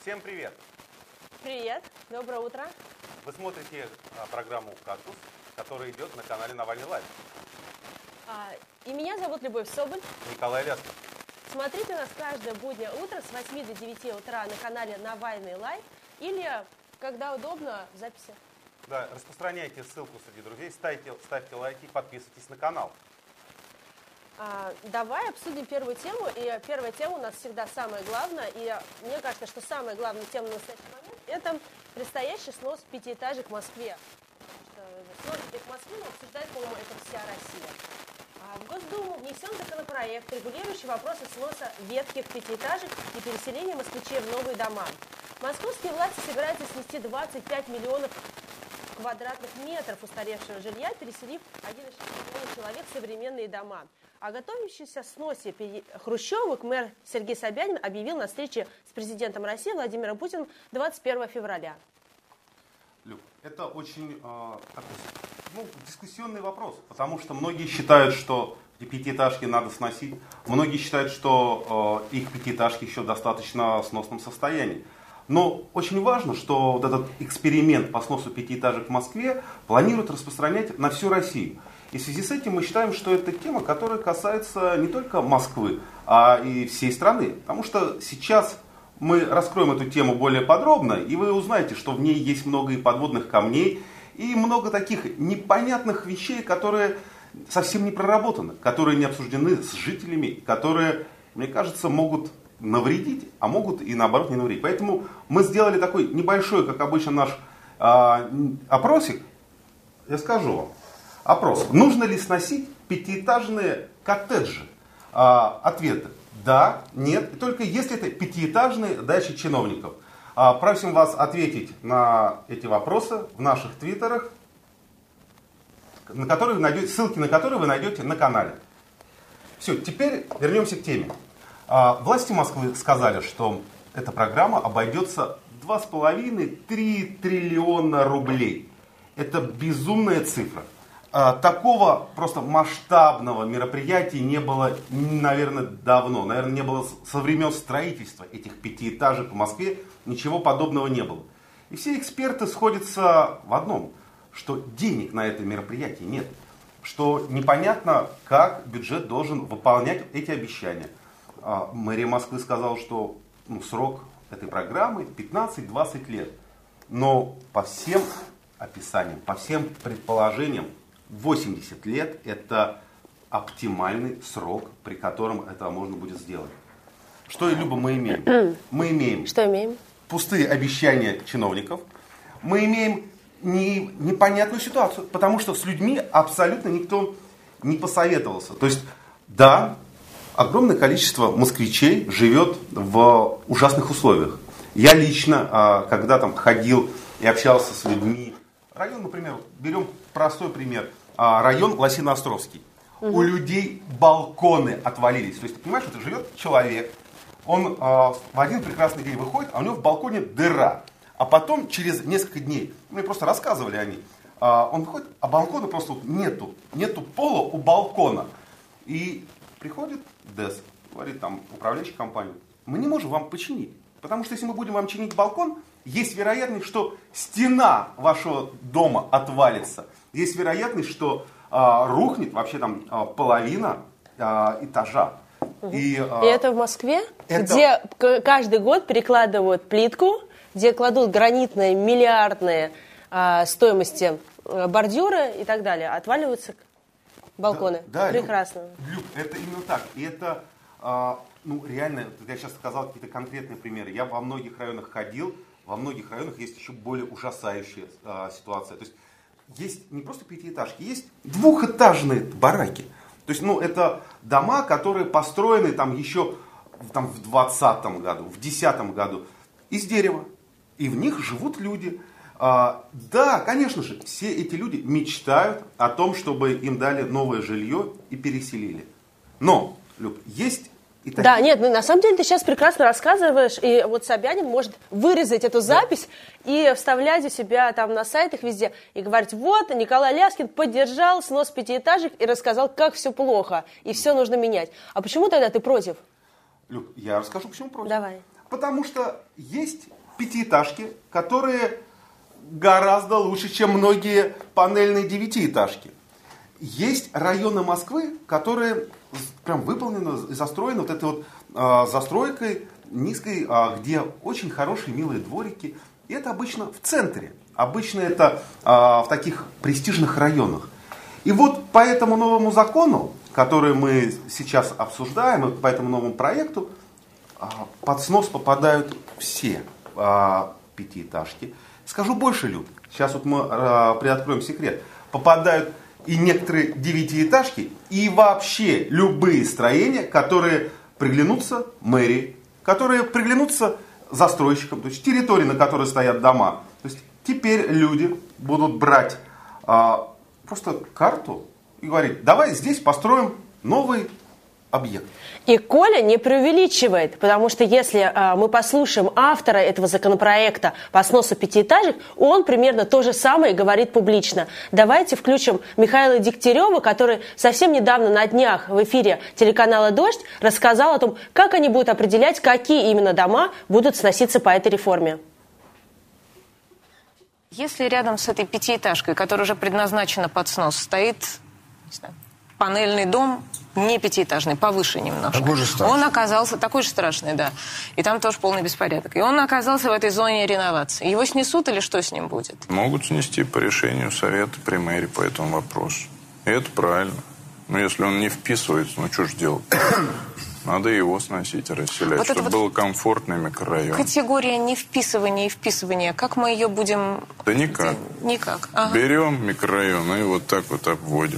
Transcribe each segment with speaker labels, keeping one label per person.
Speaker 1: Всем привет!
Speaker 2: Привет, доброе утро.
Speaker 1: Вы смотрите программу «Кактус», которая идет на канале Навальный Лайв.
Speaker 2: И меня зовут Любовь Соболь.
Speaker 1: Николай Лясков.
Speaker 2: Смотрите нас каждое буднее утро с 8 до 9 утра на канале Навальный Лайв или, когда удобно, в записи.
Speaker 1: Да, распространяйте ссылку среди друзей, ставьте лайки, подписывайтесь на канал.
Speaker 2: Давай обсудим первую тему. И первая тема у нас всегда самая главная. И мне кажется, что самая главная тема на настоящий момент – это предстоящий снос пятиэтажек в Москве. Снос в Москве обсуждает, по-моему, это вся Россия. В Госдуму внесен законопроект, регулирующий вопросы сноса ветхих пятиэтажек и переселения москвичей в новые дома. Московские власти собираются снести 25 миллионов квадратных метров устаревшего жилья, переселив 1,6 миллиона человек в современные дома. О готовящемся сносе хрущевок мэр Сергей Собянин объявил на встрече с президентом России Владимиром Путиным 21 февраля.
Speaker 1: Люк, это очень дискуссионный вопрос, потому что многие считают, что пятиэтажки надо сносить, многие считают, что их пятиэтажки еще в достаточно сносном состоянии. Но очень важно, что вот этот эксперимент по сносу пятиэтажек в Москве планируют распространять на всю Россию. И в связи с этим мы считаем, что это тема, которая касается не только Москвы, а и всей страны. Потому что сейчас мы раскроем эту тему более подробно, и вы узнаете, что в ней есть много и подводных камней, и много таких непонятных вещей, которые совсем не проработаны, которые не обсуждены с жителями, которые, мне кажется, могут навредить, а могут и наоборот не навредить. Поэтому мы сделали такой небольшой, как обычно, наш опросик. Я скажу вам. Опрос. Нужно ли сносить пятиэтажные коттеджи? Ответы. Да, нет. И только если это пятиэтажные дачи чиновников. Просим вас ответить на эти вопросы в наших твиттерах, ссылки на которые вы найдете на канале. Все, теперь вернемся к теме. Власти Москвы сказали, что эта программа обойдется 2,5-3 триллиона рублей. Это безумная цифра. Такого просто масштабного мероприятия не было, наверное, давно. Наверное, не было со времен строительства этих пятиэтажек в Москве. Ничего подобного не было. И все эксперты сходятся в одном, что денег на это мероприятие нет. Что непонятно, как бюджет должен выполнять эти обещания. Мэрия Москвы сказала, что срок этой программы 15-20 лет. Но по всем описаниям, по всем предположениям, 80 лет – это оптимальный срок, при котором это можно будет сделать. Что, Люба, мы имеем? Мы имеем,
Speaker 2: что имеем? Пустые
Speaker 1: обещания чиновников. Мы имеем непонятную ситуацию, потому что с людьми абсолютно никто не посоветовался. То есть, да, огромное количество москвичей живет в ужасных условиях. Я лично, когда там ходил и общался с людьми, район, например, берем простой пример, район Лосино-Островский. У людей балконы отвалились. То есть, ты понимаешь, что живет человек, он в один прекрасный день выходит, а у него в балконе дыра. А потом, через несколько дней, мне просто рассказывали они, он выходит, а балкона просто нету. Нету пола у балкона. И приходит ДЭС, говорит там управляющий компанию, мы не можем вам починить. Потому что если мы будем вам чинить балкон, есть вероятность, что стена вашего дома отвалится. Есть вероятность, что рухнет вообще там половина этажа.
Speaker 2: И это в Москве, где каждый год перекладывают плитку, где кладут гранитные миллиардные стоимости бордюры и так далее. Отваливаются балконы.
Speaker 1: Да,
Speaker 2: прекрасно.
Speaker 1: Люб, это именно так. И это, реально, я сейчас сказал какие-то конкретные примеры. Я во многих районах ходил, во многих районах есть еще более ужасающая ситуация. То есть не просто пятиэтажки, есть двухэтажные бараки. То есть, это дома, которые построены там еще в 2020 году, в 2010 году из дерева. И в них живут люди. Да, конечно же, все эти люди мечтают о том, чтобы им дали новое жилье и переселили. Но, Люб, есть и такие...
Speaker 2: Да, нет, на самом деле ты сейчас прекрасно рассказываешь, и вот Собянин может вырезать эту запись и вставлять у себя там на сайтах везде, и говорить, вот, Николай Ляскин поддержал снос пятиэтажек и рассказал, как все плохо, и все нужно менять. А почему тогда ты против?
Speaker 1: Люб, я расскажу, почему против.
Speaker 2: Давай.
Speaker 1: Потому что есть пятиэтажки, которые гораздо лучше, чем многие панельные девятиэтажки. Есть районы Москвы, которые прям выполнены и застроены вот этой вот застройкой низкой, где очень хорошие, милые дворики. И это обычно в центре. Обычно это в таких престижных районах. И вот по этому новому закону, который мы сейчас обсуждаем, и по этому новому проекту, под снос попадают все пятиэтажки. Скажу больше, Люд, сейчас вот мы приоткроем секрет. Попадают и некоторые девятиэтажки, и вообще любые строения, которые приглянутся мэрии, которые приглянутся застройщикам, то есть территории, на которой стоят дома. То есть теперь люди будут брать просто карту и говорить, давай здесь построим новый объект.
Speaker 2: И Коля не преувеличивает, потому что если мы послушаем автора этого законопроекта по сносу пятиэтажек, он примерно то же самое говорит публично. Давайте включим Михаила Дегтярева, который совсем недавно на днях в эфире телеканала «Дождь» рассказал о том, как они будут определять, какие именно дома будут сноситься по этой реформе.
Speaker 3: Если рядом с этой пятиэтажкой, которая уже предназначена под снос, стоит, не знаю, панельный дом, не пятиэтажный, повыше немножко.
Speaker 4: Такой же страшный.
Speaker 3: Он оказался, такой же страшный, да. И там тоже полный беспорядок. И он оказался в этой зоне реновации. Его снесут или что с ним будет?
Speaker 5: Могут снести по решению совета при мэрии по этому вопросу. И это правильно. Но если он не вписывается, ну что ж делать? Надо его сносить и расселять,
Speaker 3: Вот
Speaker 5: чтобы был комфортный микрорайон.
Speaker 3: Категория невписывания и вписывания, как мы ее будем...
Speaker 5: Да никак.
Speaker 3: Никак. Ага.
Speaker 5: Берем микрорайон и вот так вот обводим.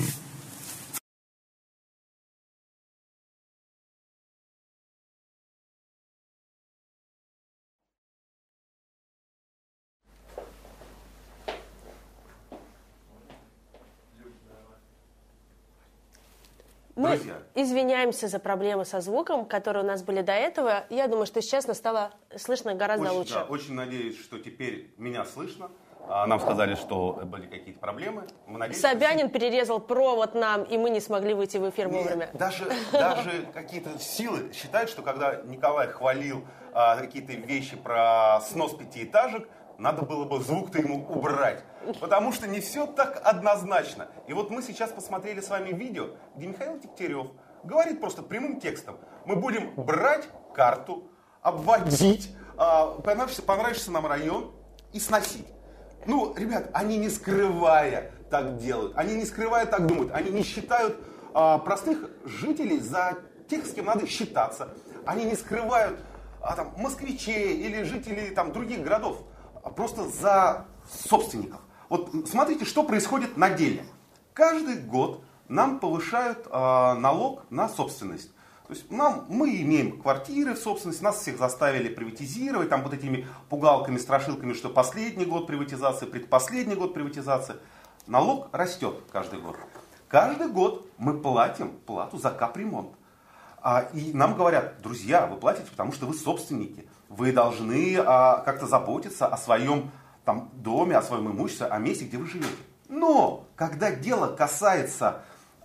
Speaker 2: Мы
Speaker 1: Друзья.
Speaker 2: извиняемся за проблемы со звуком, которые у нас были до этого. Я думаю, что сейчас нас стало слышно гораздо лучше.
Speaker 1: Да, очень надеюсь, что теперь меня слышно. Нам сказали, что были какие-то проблемы. Мы надеемся,
Speaker 2: Собянин перерезал провод нам, и мы не смогли выйти в эфир вовремя.
Speaker 1: Даже какие-то силы считают, что когда Николай хвалил какие-то вещи про снос пятиэтажек, надо было бы звук-то ему убрать. Потому что не все так однозначно. И вот мы сейчас посмотрели с вами видео, где Михаил Дегтярев говорит просто прямым текстом. Мы будем брать карту, обводить понравившийся нам район и сносить. Ну, ребят, они не скрывая так делают. Они не скрывая так думают. Они не считают простых жителей за тех, с кем надо считаться. Они не скрывают москвичей или жителей других городов. Просто за собственников. Вот смотрите, что происходит на деле. Каждый год нам повышают налог на собственность. То есть мы имеем квартиры в собственности, нас всех заставили приватизировать, вот этими пугалками, страшилками, что последний год приватизации, предпоследний год приватизации. Налог растет каждый год. Каждый год мы платим плату за капремонт. И нам говорят, друзья, вы платите, потому что вы собственники. Вы должны как-то заботиться о своем доме, о своем имуществе, о месте, где вы живете. Но когда дело касается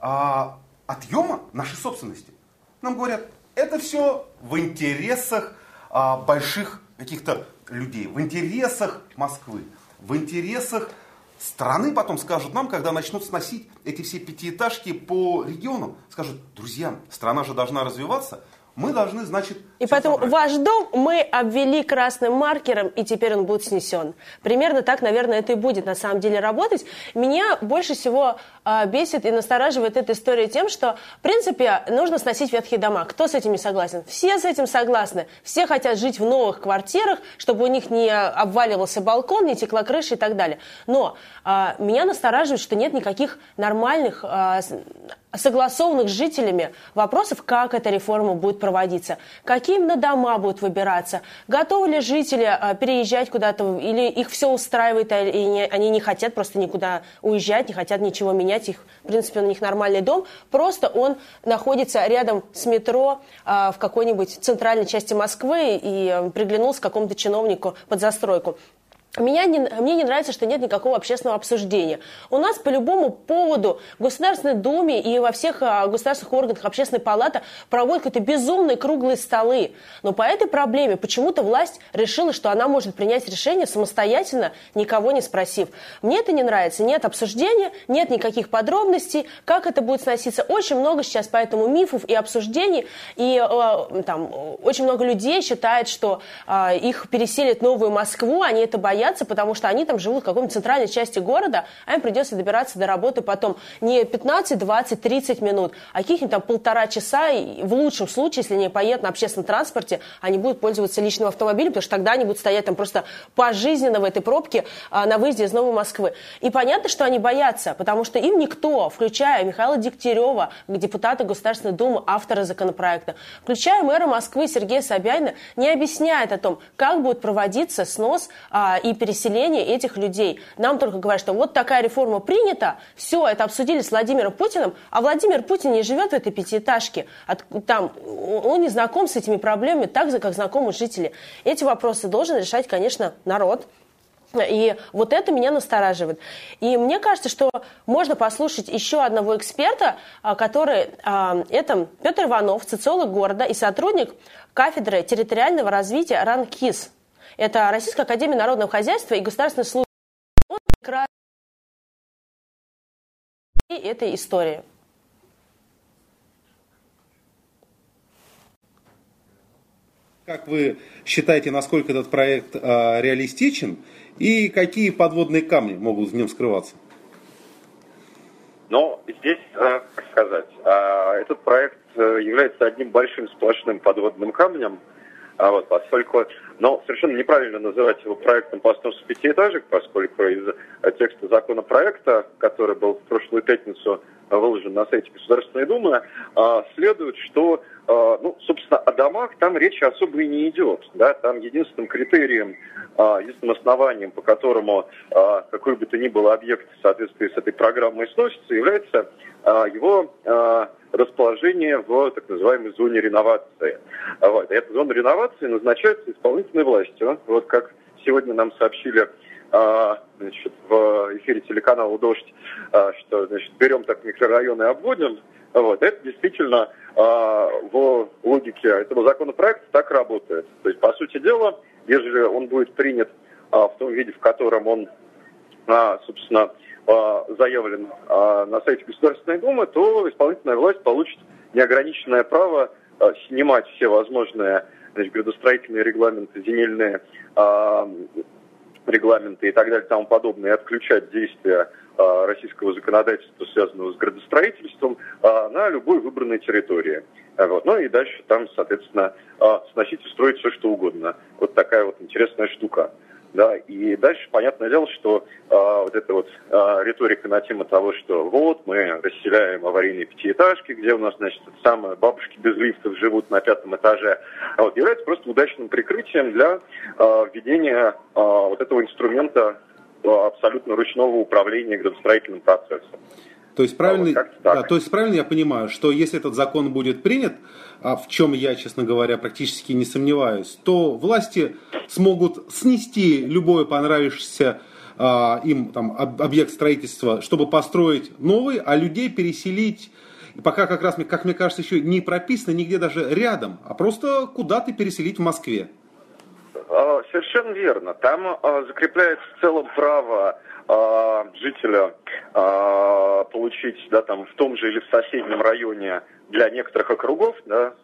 Speaker 1: отъема нашей собственности, нам говорят, это все в интересах больших каких-то людей, в интересах Москвы, в интересах страны. Потом скажут нам, когда начнут сносить эти все пятиэтажки по регионам, скажут, друзья, страна же должна развиваться, мы должны, значит...
Speaker 2: И поэтому
Speaker 1: собрать.
Speaker 2: ваш дом мы обвели красным маркером, и теперь он будет снесен. Примерно так, наверное, это и будет на самом деле работать. Меня больше всего бесит и настораживает эта история тем, что, в принципе, нужно сносить ветхие дома. Кто с этим не согласен? Все с этим согласны. Все хотят жить в новых квартирах, чтобы у них не обваливался балкон, не текла крыша и так далее. Но меня настораживает, что нет никаких нормальных... согласованных с жителями вопросов, как эта реформа будет проводиться, какие именно дома будут выбираться, готовы ли жители переезжать куда-то, или их все устраивает, и они не хотят просто никуда уезжать, не хотят ничего менять, в принципе, у них нормальный дом, просто он находится рядом с метро в какой-нибудь центральной части Москвы и приглянулся какому-то чиновнику под застройку. мне не нравится, что нет никакого общественного обсуждения. У нас по любому поводу в Государственной Думе и во всех государственных органах Общественной палаты проводят какие-то безумные круглые столы. Но по этой проблеме почему-то власть решила, что она может принять решение самостоятельно, никого не спросив. Мне это не нравится. Нет обсуждения, нет никаких подробностей, как это будет сноситься. Очень много сейчас поэтому мифов и обсуждений. И там очень много людей считает, что их переселят в Новую Москву, они это боятся, потому что они там живут в какой-нибудь центральной части города, а им придется добираться до работы потом не 15, 20, 30 минут, а каких-нибудь там 1,5 часа, и в лучшем случае, если они поедут на общественном транспорте, они будут пользоваться личным автомобилем, потому что тогда они будут стоять там просто пожизненно в этой пробке на выезде из Новой Москвы. И понятно, что они боятся, потому что им никто, включая Михаила Дегтярева, депутата Государственной Думы, автора законопроекта, включая мэра Москвы Сергея Собянина, не объясняет о том, как будет проводиться снос и переселение этих людей. Нам только говорят, что вот такая реформа принята, все, это обсудили с Владимиром Путиным, а Владимир Путин не живет в этой пятиэтажке. Там, он не знаком с этими проблемами так же, как знакомы жители. Эти вопросы должен решать, конечно, народ. И вот это меня настораживает. И мне кажется, что можно послушать еще одного эксперта, который, это Петр Иванов, социолог города и сотрудник кафедры территориального развития РАН-КИС. Это Российская академия народного хозяйства и государственной службы. Он как раз этой истории.
Speaker 4: Как вы считаете, насколько этот проект реалистичен и какие подводные камни могут в нем скрываться?
Speaker 6: Ну, здесь, как сказать, этот проект является одним большим сплошным подводным камнем, поскольку, совершенно неправильно называть его проектом по сносу пятиэтажек, поскольку из текста законопроекта, который был в прошлую пятницу выложен на сайте Государственной Думы, следует, что, собственно, о домах там речи особо и не идет. Да? Там единственным критерием, единственным основанием, по которому какой бы то ни было объект в соответствии с этой программой сносится, является его расположение в так называемой зоне реновации. И эта зона реновации назначается исполнительной властью. Вот как сегодня нам сообщили в эфире телеканала «Дождь», что берем так микрорайоны и обводим. Это действительно в логике этого законопроекта так работает. То есть, по сути дела, если он будет принят в том виде, в котором он, собственно, заявлен на сайте Государственной Думы, то исполнительная власть получит неограниченное право снимать все возможные градостроительные регламенты, земельные регламенты и так далее и тому подобное, и отключать действия российского законодательства, связанного с градостроительством, на любой выбранной территории. И дальше там, соответственно, сносить и строить все, что угодно. Вот такая вот интересная штука. Да, и дальше, понятное дело, что риторика на тему того, что вот мы расселяем аварийные пятиэтажки, где у нас, самые бабушки без лифтов живут на 5-м этаже, является просто удачным прикрытием для введения этого инструмента абсолютно ручного управления градостроительным процессом.
Speaker 4: То есть правильно, правильно я понимаю, что если этот закон будет принят, в чем я, честно говоря, практически не сомневаюсь, то власти смогут снести любой понравившийся им объект строительства, чтобы построить новый, а людей переселить, пока как раз, как мне кажется, еще не прописано нигде даже рядом, а просто куда-то переселить в Москве.
Speaker 6: Совершенно верно. Там закрепляется в целом право жителя получить, в том же или в соседнем районе для некоторых округов,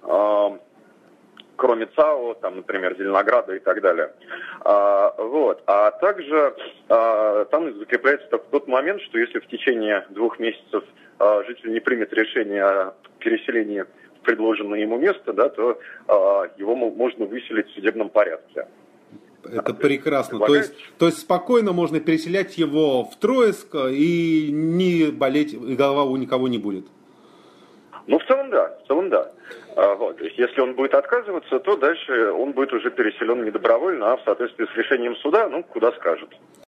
Speaker 6: кроме ЦАО, например, Зеленограда и так далее. А также там закрепляется тот момент, что если в течение 2 месяцев житель не примет решение о переселении в предложенное ему место, то его можно выселить в судебном порядке.
Speaker 4: Это прекрасно. То есть спокойно можно переселять его в Троицк и не болеть, и голова у никого не будет.
Speaker 6: В целом да. То есть, если он будет отказываться, то дальше он будет уже переселен не добровольно, а в соответствии с решением суда, куда скажет.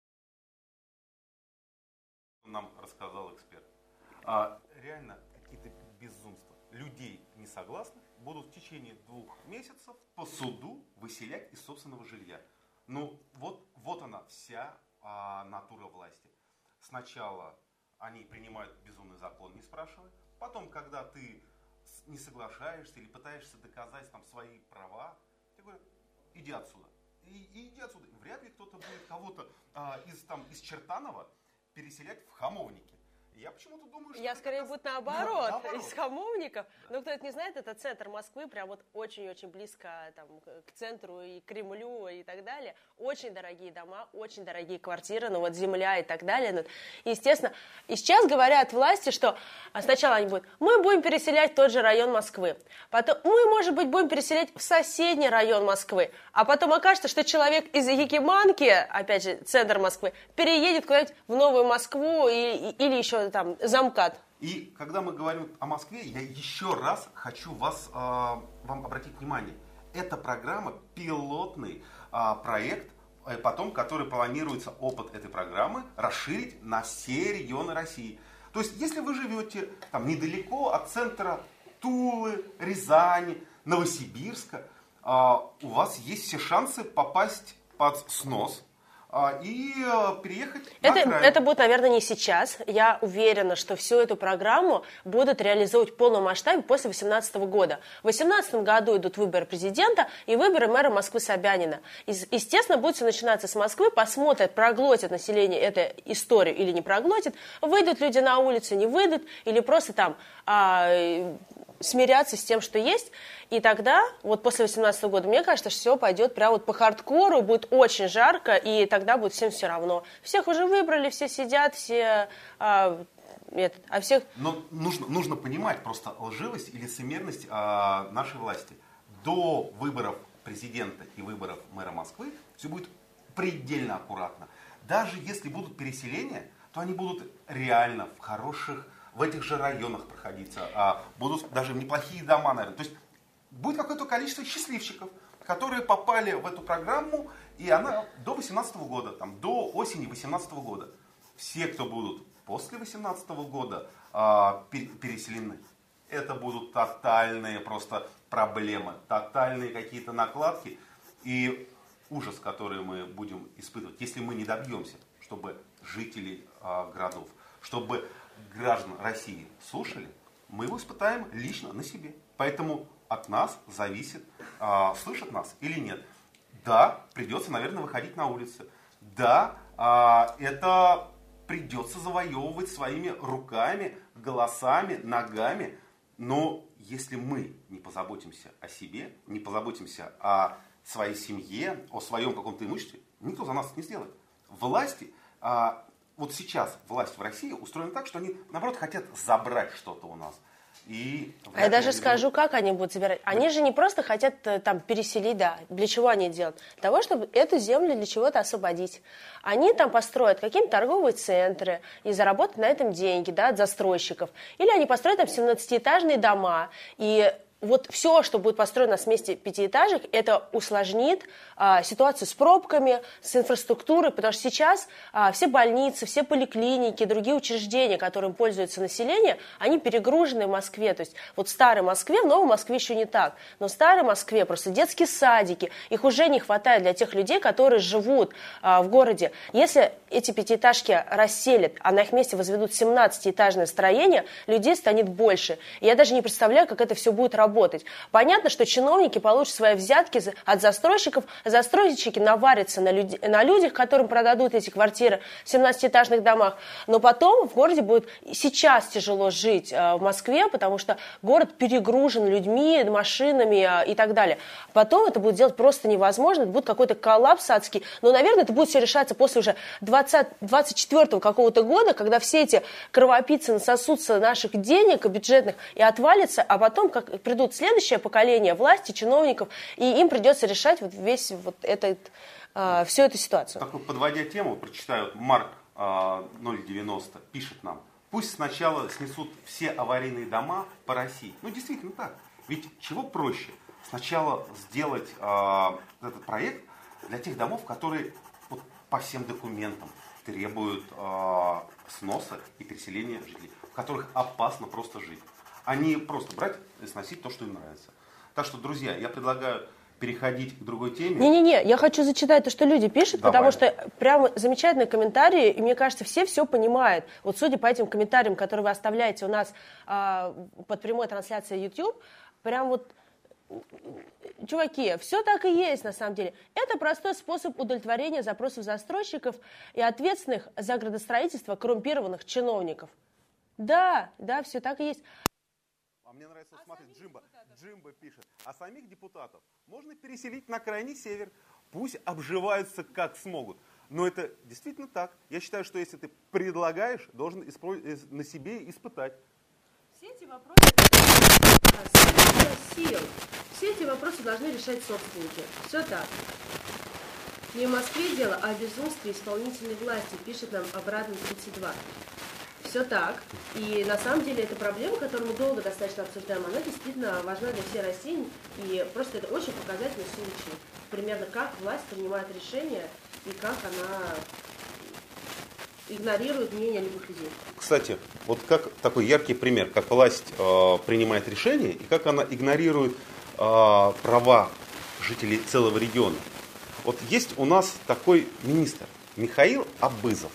Speaker 1: Нам рассказал эксперт. Реально какие-то безумства. Людей несогласных будут в течение 2 месяцев по суду выселять из собственного жилья. Вот задействована вся натура власти. Сначала они принимают безумный закон, не спрашивая. Потом, когда ты не соглашаешься или пытаешься доказать там свои права, тебе говорят, иди отсюда. И иди отсюда. И вряд ли кто-то будет кого-то из Чертанова переселять в Хамовники. Я почему-то думаю, что...
Speaker 2: Я скорее будет наоборот,
Speaker 1: наоборот.
Speaker 2: Из Хамовников. Но кто это не знает, это центр Москвы, прям вот очень-очень близко там, к центру и Кремлю и так далее. Очень дорогие дома, очень дорогие квартиры, ну вот земля и так далее. Ну, естественно, и сейчас говорят власти, что сначала они будут, мы будем переселять в тот же район Москвы. Потом мы, может быть, будем переселять в соседний район Москвы. А потом окажется, что человек из Якиманки, опять же, центр Москвы, переедет куда-нибудь в Новую Москву или еще там замкат.
Speaker 1: И когда мы говорим о Москве, я еще раз хочу вам обратить внимание. Эта программа пилотный проект, потом, который планируется опыт этой программы расширить на все регионы России. То есть, если вы живете там недалеко от центра Тулы, Рязани, Новосибирска, у вас есть все шансы попасть под снос и переехать на окраину.
Speaker 2: Это будет, наверное, не сейчас. Я уверена, что всю эту программу будут реализовывать в полном масштабе после 2018 года. В 2018 году идут выборы президента и выборы мэра Москвы Собянина. Естественно, будет все начинаться с Москвы, посмотрят, проглотит население эту историю или не проглотит, выйдут люди на улицу, не выйдут, или просто там смиряться с тем, что есть. И тогда, вот после 2018 года, мне кажется, что все пойдет прямо вот по хардкору, будет очень жарко, и тогда будет всем все равно. Всех уже выбрали, все сидят, все... всех...
Speaker 1: Но нужно понимать просто лживость и лицемерность нашей власти. До выборов президента и выборов мэра Москвы все будет предельно аккуратно. Даже если будут переселения, то они будут реально в этих же районах проходиться, будут даже неплохие дома, наверное. То есть будет какое-то количество счастливчиков, которые попали в эту программу, и она до 2018 года, до осени 2018 года. Все, кто будут после 2018 года переселены, это будут тотальные просто проблемы, тотальные какие-то накладки и ужас, который мы будем испытывать, если мы не добьемся, чтобы жители городов, чтобы граждан России слушали, мы его испытаем лично на себе. Поэтому от нас зависит, слышат нас или нет. Да, придется, наверное, выходить на улицы. Да, это придется завоевывать своими руками, голосами, ногами. Но если мы не позаботимся о себе, не позаботимся о своей семье, о своем каком-то имуществе, никто за нас это не сделает. Власти... Вот сейчас власть в России устроена так, что они, наоборот, хотят забрать что-то у нас.
Speaker 2: Я даже скажу, как они будут забирать. Они же не просто хотят там переселить, да. Для чего они делают? Для того, чтобы эту землю для чего-то освободить. Они там построят какие-то торговые центры и заработают на этом деньги, да, от застройщиков. Или они построят там 17-этажные дома и... Вот все, что будет построено с месте пятиэтажек, это усложнит ситуацию с пробками, с инфраструктурой, потому что сейчас все больницы, все поликлиники, другие учреждения, которым пользуется население, они перегружены в Москве. То есть вот в старой Москве, в новой Москве еще не так, но в старой Москве просто детские садики, их уже не хватает для тех людей, которые живут в городе. Если эти пятиэтажки расселят, а на их месте возведут 17-этажное строение, людей станет больше. И я даже не представляю, как это все будет работать. Понятно, что чиновники получат свои взятки от застройщиков, застройщики наварятся на людях, которым продадут эти квартиры в 17-этажных домах, но потом в городе будет сейчас тяжело жить в Москве, потому что город перегружен людьми, машинами и так далее. Потом это будет делать просто невозможно, это будет какой-то коллапс адский, но, наверное, это будет все решаться после уже 24-го какого-то года, когда все эти кровопийцы насосутся наших денег бюджетных и отвалятся, а потом, как придут следующее поколение власти, чиновников, и им придется решать вот весь вот всю эту ситуацию.
Speaker 1: Так вот, подводя тему, прочитаю, Марк 090 пишет нам, пусть сначала снесут все аварийные дома по России. Ну, действительно так. Ведь чего проще? Сначала сделать этот проект для тех домов, которые вот, по всем документам требуют сноса и переселения жителей, в которых опасно просто жить. А не просто брать и сносить то, что им нравится. Так что, друзья, я предлагаю переходить к другой теме.
Speaker 2: Не-не-не, я хочу зачитать то, что люди пишут,
Speaker 1: Давай.
Speaker 2: потому что прям замечательные комментарии, и мне кажется, все понимают. Вот судя по этим комментариям, которые вы оставляете у нас под прямой трансляцией YouTube, прям вот, чуваки, все так и есть на самом деле. Это простой способ удовлетворения запросов застройщиков и ответственных за градостроительство коррумпированных чиновников. Да, все так и есть.
Speaker 1: А мне нравится смотреть, Джимба пишет, а самих депутатов можно переселить на крайний север, пусть обживаются как смогут. Но это действительно так. Я считаю, что если ты предлагаешь, должен на себе испытать.
Speaker 2: Все эти вопросы должны решать собственники. Все так. Не в Москве дело, а в безумстве исполнительной власти, пишет нам обратно 32. Все так. И на самом деле эта проблема, которую мы долго достаточно обсуждаем, она действительно важна для всей России. И просто это очень показательный случай. Примерно как власть принимает решения и как она игнорирует мнение любых людей.
Speaker 1: Кстати, вот как такой яркий пример, как власть принимает решения и как она игнорирует права жителей целого региона. Вот есть у нас такой министр Михаил Абызов.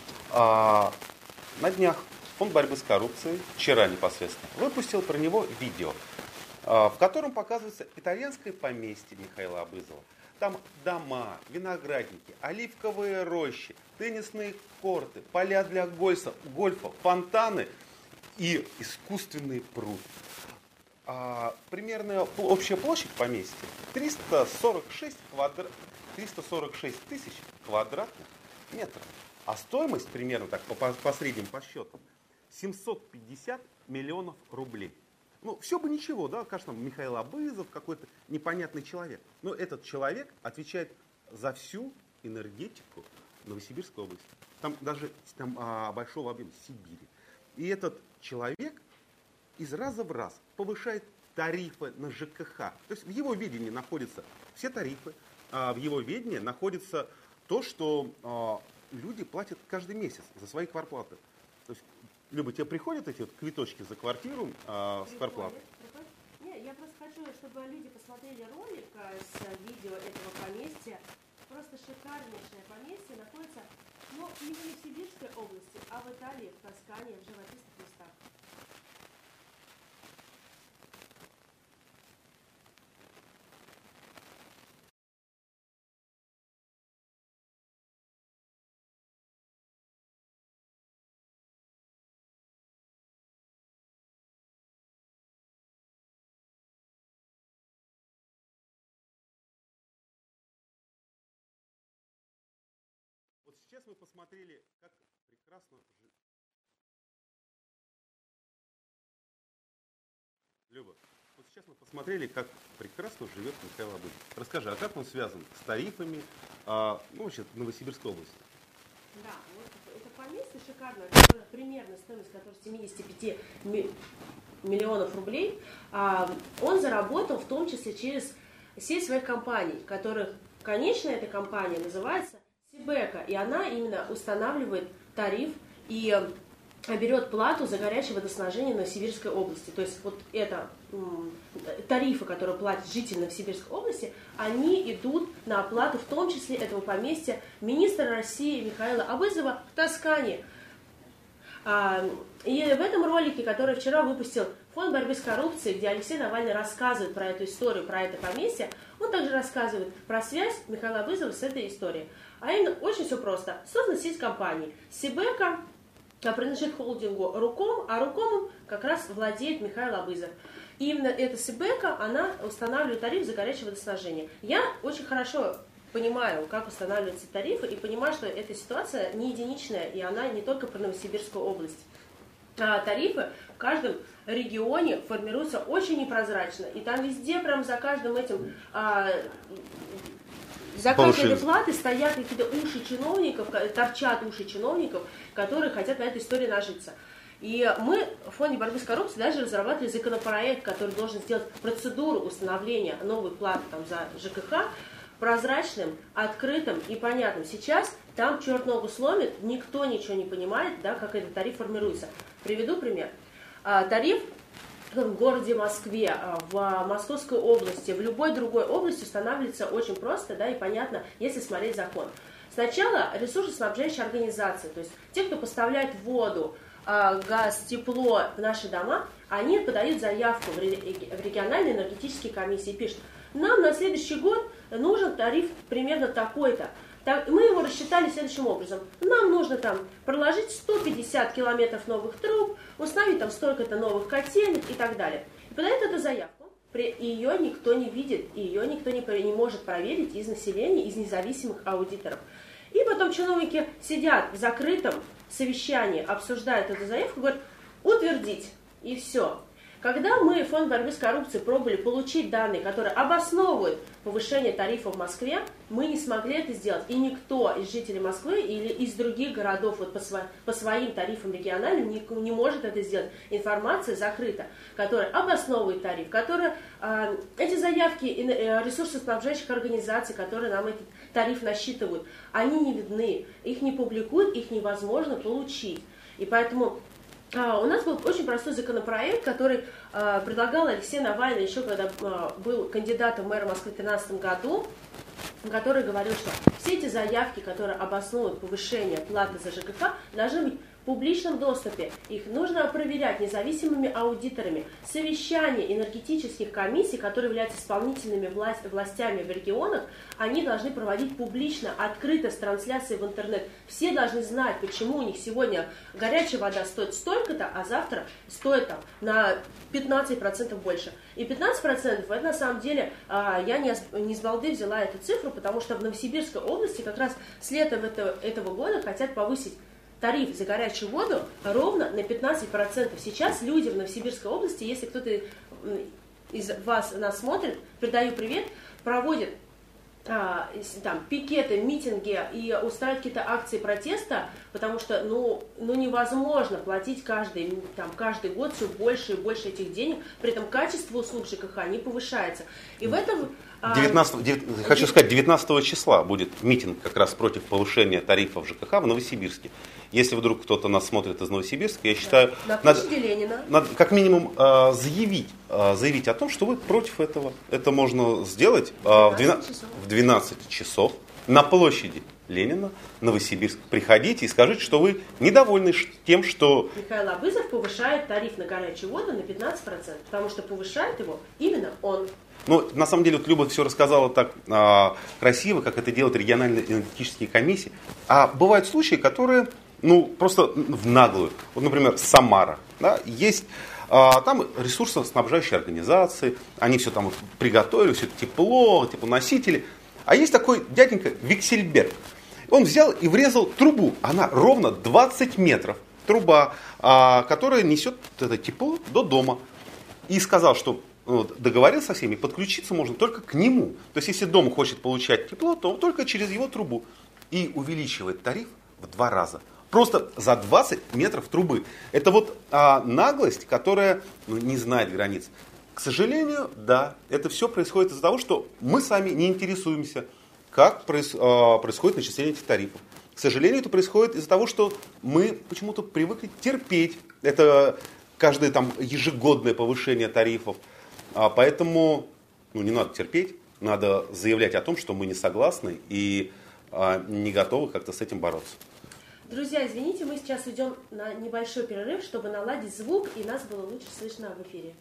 Speaker 1: На днях Фонд борьбы с коррупцией, вчера непосредственно, выпустил про него видео, в котором показывается итальянское поместье Михаила Абызова. Там дома, виноградники, оливковые рощи, теннисные корты, поля для гольфа, фонтаны и искусственный пруд. Примерная общая площадь поместья 346 тысяч квадратных метров. А стоимость примерно так по средним подсчетам 750 миллионов рублей. Ну, все бы ничего, да, кажется, Михаил Абызов, какой-то непонятный человек. Но этот человек отвечает за всю энергетику Новосибирской области. Там даже большого объема Сибири. И этот человек из раза в раз повышает тарифы на ЖКХ. То есть в его ведении находятся все тарифы, в его ведении находится то, что люди платят каждый месяц за свои квартплаты. То есть, Люба, тебе приходят эти вот квиточки за квартиру с квартплатой?
Speaker 2: Нет, я просто хочу, чтобы люди посмотрели ролик с видео этого поместья. Просто шикарнейшее поместье находится, но не в Новосибирской области, а в Италии, в Тоскане, в живописных местах.
Speaker 1: Вот сейчас мы посмотрели, как прекрасно Люба, вот сейчас мы посмотрели, как прекрасно живет Михаил Абызов. Расскажи, а как он связан с тарифами, вообще в Новосибирской области?
Speaker 2: Да, вот это поместье шикарное, которое примерно стоимость которой 75 миллионов рублей, он заработал в том числе через сеть своих компаний, которых конечная эта компания называется Сибека, и она именно устанавливает тариф и берет плату за горячее водоснабжение Новосибирской области. То есть вот это тарифы, которые платят жители Новосибирской области, они идут на оплату в том числе этого поместья министра России Михаила Абызова в Тоскане. И в этом ролике, который вчера выпустил Фонд борьбы с коррупцией, где Алексей Навальный рассказывает про эту историю, про это поместье, он также рассказывает про связь Михаила Абызова с этой историей. А именно, очень все просто. Создана сеть компаний. Сибека принадлежит холдингу Руком, а Рукомом как раз владеет Михаил Абызов. И именно эта Сибека, она устанавливает тариф за горячее водоснабжение. Я очень хорошо понимаю, как устанавливаются тарифы, и понимаю, что эта ситуация не единичная, и она не только про Новосибирскую область. Тарифы в каждом регионе формируются очень непрозрачно, и там везде прям за каждым этим... За каждой платой стоят какие-то уши чиновников, торчат уши чиновников, которые хотят на этой истории нажиться. И мы в Фонде борьбы с коррупцией даже разрабатывали законопроект, который должен сделать процедуру установления новой платы там, за ЖКХ прозрачным, открытым и понятным. Сейчас там черт ногу сломит, никто ничего не понимает, да, как этот тариф формируется. Приведу пример. Тариф в городе Москве, в Московской области, в любой другой области устанавливается очень просто, да, и понятно, если смотреть закон. Сначала ресурсоснабжающие организации, то есть те, кто поставляет воду, газ, тепло в наши дома, они подают заявку в региональные энергетические комиссии и пишут: нам на следующий год нужен тариф примерно такой-то. Мы его рассчитали следующим образом. Нам нужно там проложить 150 километров новых труб, установить там столько-то новых котельных и так далее. И подают эту заявку. Ее никто не видит, и ее никто не может проверить из населения, из независимых аудиторов. И потом чиновники сидят в закрытом совещании, обсуждают эту заявку, говорят: утвердить, и все. Когда мы, Фонд борьбы с коррупцией, пробовали получить данные, которые обосновывают повышение тарифа в Москве, мы не смогли это сделать. И никто из жителей Москвы или из других городов вот по своим тарифам региональным не может это сделать. Информация закрыта, которая обосновывает тариф, которая эти заявки ресурсоснабжающих организаций, которые нам этот тариф насчитывают, они не видны, их не публикуют, их невозможно получить. И поэтому у нас был очень простой законопроект, который предлагал Алексей Навальный еще когда был кандидатом в мэра Москвы в 2013 году, который говорил, что все эти заявки, которые обосновывают повышение платы за ЖКХ, должны быть в публичном доступе. Их нужно проверять независимыми аудиторами. Совещания энергетических комиссий, которые являются исполнительными властями в регионах, они должны проводить публично, открыто, с трансляцией в интернет. Все должны знать, почему у них сегодня горячая вода стоит столько-то, а завтра стоит там на 15% больше. И 15% это на самом деле, я не с балды взяла эту цифру, потому что в Новосибирской области как раз с лета этого года хотят повысить тариф за горячую воду ровно на 15%. Сейчас люди в Новосибирской области, если кто-то из вас нас смотрит, передаю привет, проводят там пикеты, митинги и устраивают какие-то акции протеста, потому что невозможно платить каждый год все больше и больше этих денег, при этом качество услуг ЖКХ не повышается. И в этом...
Speaker 1: Хочу сказать, 19 числа будет митинг как раз против повышения тарифов ЖКХ в Новосибирске. Если вдруг кто-то нас смотрит из Новосибирска, я считаю, надо как минимум заявить о том, что вы против этого. Это можно сделать в 12 часов на площади Ленина, Новосибирск. Приходите и скажите, что вы недовольны тем, что...
Speaker 2: Михаил Абызов повышает тариф на горячую воду на 15%, потому что повышает его именно он.
Speaker 1: Ну, на самом деле, вот Люба все рассказала так красиво, как это делают региональные энергетические комиссии. А бывают случаи, которые, просто в наглую. Вот, например, Самара. Да, есть там ресурсоснабжающие организации, они все там вот приготовили, все тепло, теплоносители. А есть такой дяденька Виксельберг. Он взял и врезал трубу. Она ровно 20 метров. Труба, которая несет это тепло до дома. И сказал, что договорился со всеми, подключиться можно только к нему. То есть, если дом хочет получать тепло, то только через его трубу. И увеличивает тариф в 2 раза. Просто за 20 метров трубы. Это вот наглость, которая не знает границ. К сожалению, да, это все происходит из-за того, что мы сами не интересуемся, как происходит начисление этих тарифов. К сожалению, это происходит из-за того, что мы почему-то привыкли терпеть это каждое там ежегодное повышение тарифов. Поэтому не надо терпеть, надо заявлять о том, что мы не согласны и не готовы как-то с этим бороться.
Speaker 2: Друзья, извините, мы сейчас уйдем на небольшой перерыв, чтобы наладить звук, и нас было лучше слышно в эфире.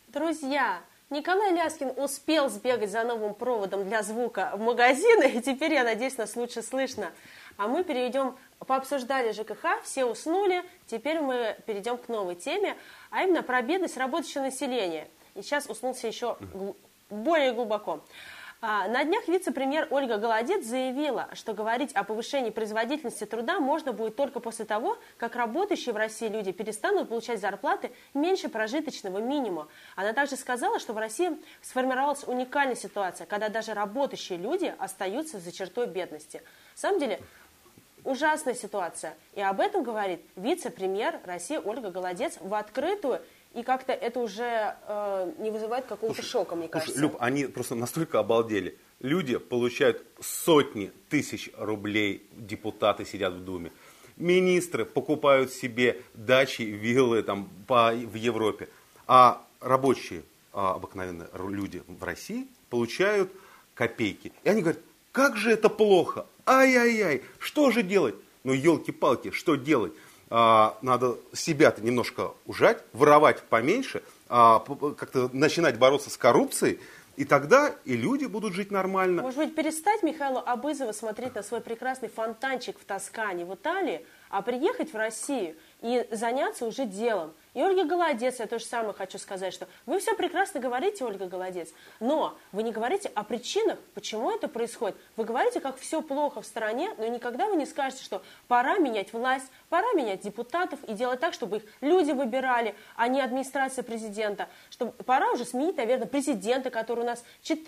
Speaker 2: Друзья, Николай Ляскин успел сбегать за новым проводом для звука в магазин, и теперь, я надеюсь, нас лучше слышно. А мы пообсуждали ЖКХ, все уснули, теперь мы перейдем к новой теме, а именно про бедность работающего населения. И сейчас уснулся еще более глубоко. На днях вице-премьер Ольга Голодец заявила, что говорить о повышении производительности труда можно будет только после того, как работающие в России люди перестанут получать зарплаты меньше прожиточного минимума. Она также сказала, что в России сформировалась уникальная ситуация, когда даже работающие люди остаются за чертой бедности. На самом деле, ужасная ситуация. И об этом говорит вице-премьер России Ольга Голодец в открытую. И как-то это уже не вызывает какого-то шока, мне кажется.
Speaker 1: Люб, они просто настолько обалдели. Люди получают сотни тысяч рублей, депутаты сидят в Думе. Министры покупают себе дачи, виллы там, в Европе. А рабочие, обыкновенные люди в России получают копейки. И они говорят, как же это плохо, ай-яй-яй, что же делать? Ну, елки-палки, что делать? Надо себя-то немножко ужать, воровать поменьше, как-то начинать бороться с коррупцией, и тогда и люди будут жить нормально.
Speaker 2: Может быть, перестать Михаилу Абызову смотреть на свой прекрасный фонтанчик в Тоскане, в Италии, а приехать в Россию и заняться уже делом. И Ольга Голодец, я то же самое хочу сказать, что вы все прекрасно говорите, Ольга Голодец, но вы не говорите о причинах, почему это происходит. Вы говорите, как все плохо в стране, но никогда вы не скажете, что пора менять власть, пора менять депутатов и делать так, чтобы их люди выбирали, а не администрация президента. Что пора уже сменить, наверное, президента, который у нас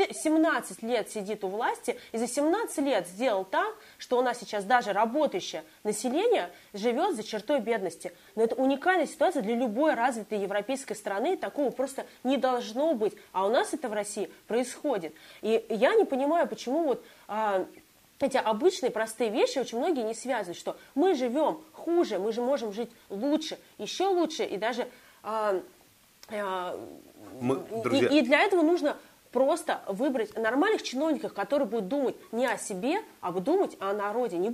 Speaker 2: 17 лет сидит у власти и за 17 лет сделал так, что у нас сейчас даже работающее население живет за чертой бедности. Но это уникальная ситуация для любой развитой европейской страны, такого просто не должно быть. А у нас это в России происходит. И я не понимаю, почему вот эти обычные простые вещи очень многие не связывают, что мы живем хуже, мы же можем жить лучше, еще лучше, и даже и для этого нужно просто выбрать нормальных чиновников, которые будут думать не о себе, а думать о народе, не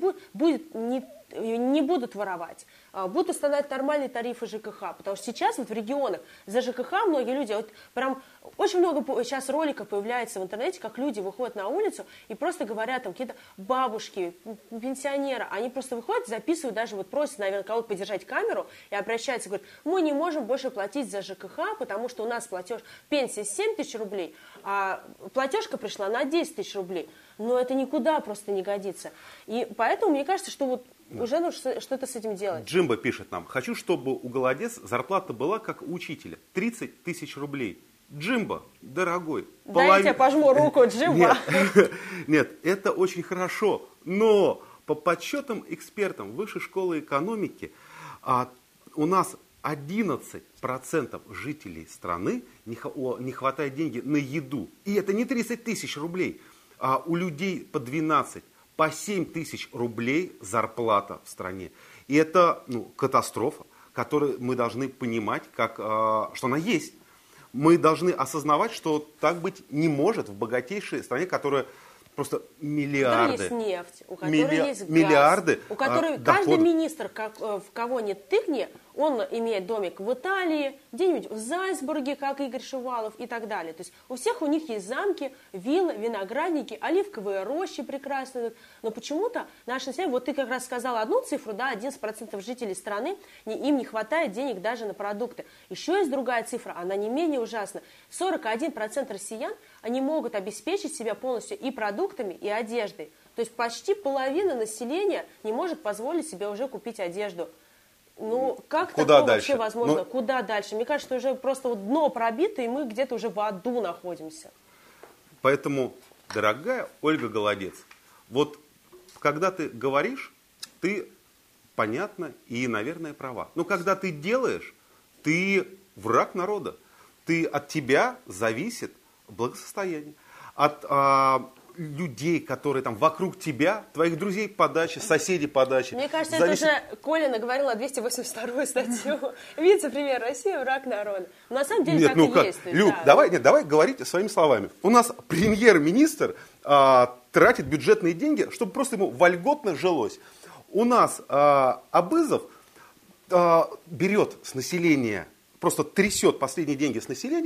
Speaker 2: будут воровать, будут устанавливать нормальные тарифы ЖКХ, потому что сейчас вот в регионах за ЖКХ многие люди, вот прям очень много сейчас роликов появляется в интернете, как люди выходят на улицу и просто говорят, там какие-то бабушки, пенсионеры, они просто выходят, записывают, даже вот просят, наверное, кого-то подержать камеру и обращаются, говорят, мы не можем больше платить за ЖКХ, потому что у нас пенсия 7 тысяч рублей, а платежка пришла на 10 тысяч рублей. Но это никуда просто не годится. И поэтому мне кажется, что вот уже нужно что-то с этим делать.
Speaker 1: Джимбо пишет нам, хочу, чтобы у Голодец зарплата была как у учителя, 30 тысяч рублей. Джимбо, дорогой.
Speaker 2: Дай я тебе пожму руку, Джимбо.
Speaker 1: Нет, это очень хорошо, но по подсчетам экспертам Высшей школы экономики у нас 11% жителей страны не хватает денег на еду. И это не 30 тысяч рублей, а у людей по 12, по 7 тысяч рублей зарплата в стране. И это катастрофа, которую мы должны понимать, что она есть. Мы должны осознавать, что так быть не может в богатейшей стране, которая просто миллиарды.
Speaker 2: У которой есть нефть, у которой есть газ,
Speaker 1: миллиарды
Speaker 2: у которой каждый министр, в кого ни тыкни, он имеет домик в Италии, где-нибудь в Зальцбурге, как Игорь Шувалов и так далее. То есть у всех у них есть замки, виллы, виноградники, оливковые рощи прекрасные. Но почему-то наше население, вот ты как раз сказала одну цифру, да, 11% жителей страны, им не хватает денег даже на продукты. Еще есть другая цифра, она не менее ужасна. 41% россиян, они могут обеспечить себя полностью и продуктами, и одеждой. То есть почти половина населения не может позволить себе уже купить одежду. Ну, как такое вообще возможно? Куда дальше? Мне кажется, что уже просто вот дно пробито, и мы где-то уже в аду находимся.
Speaker 1: Поэтому, дорогая Ольга Голодец, вот когда ты говоришь, ты, понятно, и, наверное, права. Но когда ты делаешь, ты враг народа. От тебя зависит благосостояние. От людей, которые там вокруг тебя, твоих друзей по даче, соседей по даче.
Speaker 2: Мне кажется, это уже Коля наговорила 282-ю статью. Вице-премьер России, враг народа. Но на самом деле так и есть.
Speaker 1: Люк, давай говорить своими словами. У нас премьер-министр тратит бюджетные деньги, чтобы просто ему вольготно жилось. У нас Абызов берет с населения, просто трясет последние деньги с населения,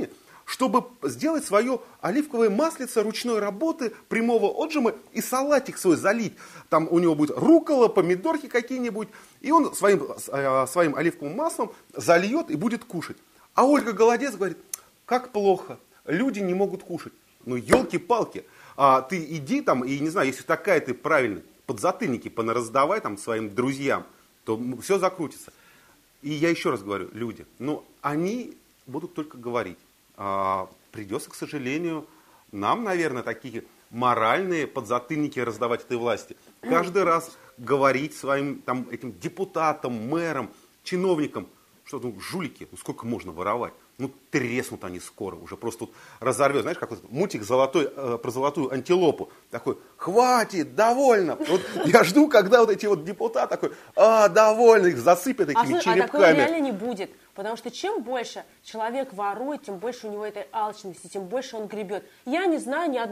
Speaker 1: чтобы сделать свое оливковое маслице ручной работы, прямого отжима и салатик свой залить. Там у него будет руккола, помидорки какие-нибудь, и он своим оливковым маслом зальет и будет кушать. А Ольга Голодец говорит, как плохо, люди не могут кушать. Ну, елки-палки, ты иди там, и не знаю, если такая ты правильная, подзатыльники понараздавай там своим друзьям, то все закрутится. И я еще раз говорю, люди, ну, они будут только говорить. Придется, к сожалению, нам, наверное, такие моральные подзатыльники раздавать этой власти. Каждый раз говорить своим там, этим депутатам, мэрам, чиновникам, что ну, жулики, ну сколько можно воровать? Ну треснут они скоро, уже просто тут разорвет. Знаешь, как вот мультик золотой, про золотую антилопу. Такой, хватит, довольно. Вот я жду, когда вот эти вот депутаты такой, довольно, их засыпят этими черепками.
Speaker 2: А такого реально не будет. Потому что чем больше человек ворует, тем больше у него этой алчности, тем больше он гребет. Я не знаю ни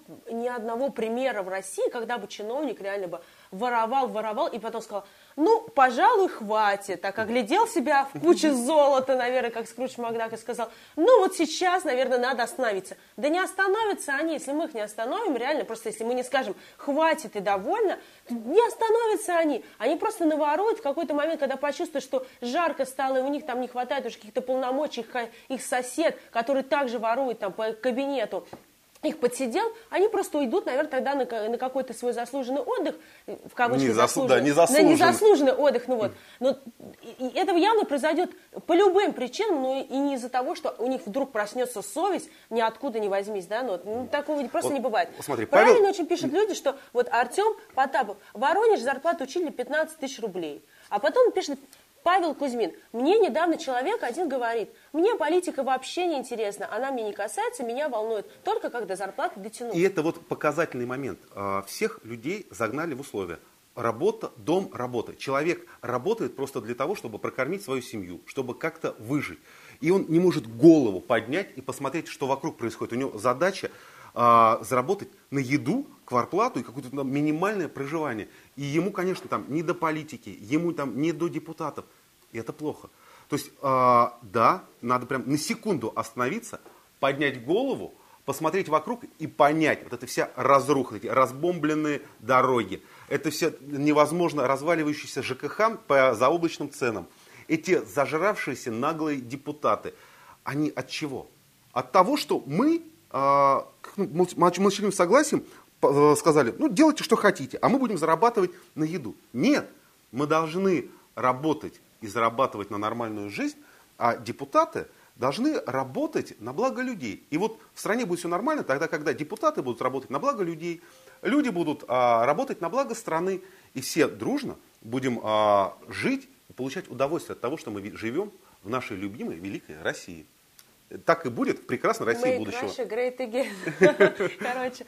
Speaker 2: одного примера в России, когда бы чиновник реально бы воровал и потом сказал, ну, пожалуй, хватит. Так оглядел себя в куче золота, наверное, как Скрудж Макдак, и сказал, ну, вот сейчас, наверное, надо остановиться. Да не остановятся они, если мы их не остановим, реально, просто если мы не скажем, хватит и довольно, не остановятся они. Они просто наворуют в какой-то момент, когда почувствуют, что жарко стало, и у них там не хватает уже каких-то полномочий, их сосед, который также ворует там по кабинету, их подсидел, они просто уйдут, наверное, тогда на какой-то свой заслуженный отдых, в кавычках незаслуженный отдых, ну вот. Но это явно произойдет по любым причинам, но и не из-за того, что у них вдруг проснется совесть, ниоткуда не возьмись, да, ну, такого просто не бывает.
Speaker 1: Смотри,
Speaker 2: правильно очень пишут люди, что вот Артем Потапов, в Воронеже зарплату учили 15 тысяч рублей, а потом пишет Павел Кузьмин, мне недавно человек один говорит, мне политика вообще не интересна, она мне не касается, меня волнует только когда зарплаты дотянут.
Speaker 1: И это вот показательный момент. Всех людей загнали в условия. Работа, дом, работа. Человек работает просто для того, чтобы прокормить свою семью, чтобы как-то выжить. И он не может голову поднять и посмотреть, что вокруг происходит. У него задача заработать на еду, квартплату и какое-то минимальное проживание. И ему, конечно, там не до политики, ему там не до депутатов. И это плохо. То есть, да, надо прям на секунду остановиться, поднять голову, посмотреть вокруг и понять, вот эта вся разруха, эти разбомбленные дороги, это все невозможно разваливающиеся ЖКХ по заоблачным ценам, эти зажравшиеся наглые депутаты, они от чего? От того, что мы молчаливым согласием сказали, ну делайте, что хотите, а мы будем зарабатывать на еду. Нет, мы должны работать и зарабатывать на нормальную жизнь, а депутаты должны работать на благо людей. И вот в стране будет все нормально тогда, когда депутаты будут работать на благо людей, люди будут работать на благо страны, и все дружно будем жить и получать удовольствие от того, что мы живем в нашей любимой великой России. Так и будет в прекрасной России будущего.
Speaker 2: Make Russia great again. Короче,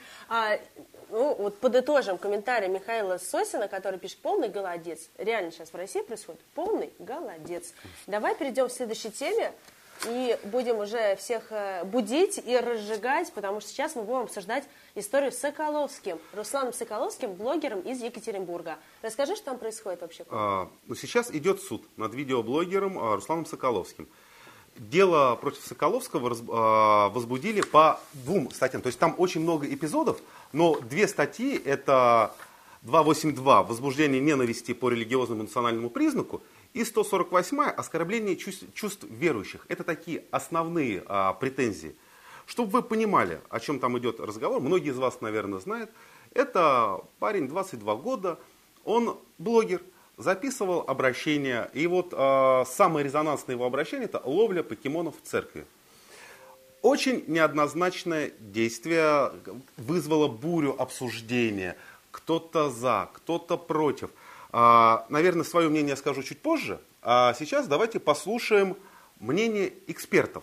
Speaker 2: ну, вот подытожим комментарий Михаила Сосина, который пишет «Полный голодец». Реально сейчас в России происходит полный голодец. Давай перейдем к следующей теме и будем уже всех будить и разжигать, потому что сейчас мы будем обсуждать историю с Соколовским, Русланом Соколовским, блогером из Екатеринбурга. Расскажи, что там происходит вообще.
Speaker 1: Сейчас идет суд над видеоблогером Русланом Соколовским. Дело против Соколовского возбудили по 2 статьям. То есть там очень много эпизодов, но 2 статьи, это 282 возбуждение ненависти по религиозному и национальному признаку и 148 оскорбление чувств верующих. Это такие основные претензии. Чтобы вы понимали, о чем там идет разговор, многие из вас, наверное, знают, это парень 22 года, он блогер, записывал обращения, и вот самое резонансное его обращение – это ловля покемонов в церкви. Очень неоднозначное действие вызвало бурю обсуждения. Кто-то за, кто-то против. Наверное, свое мнение я скажу чуть позже, а сейчас давайте послушаем мнение экспертов.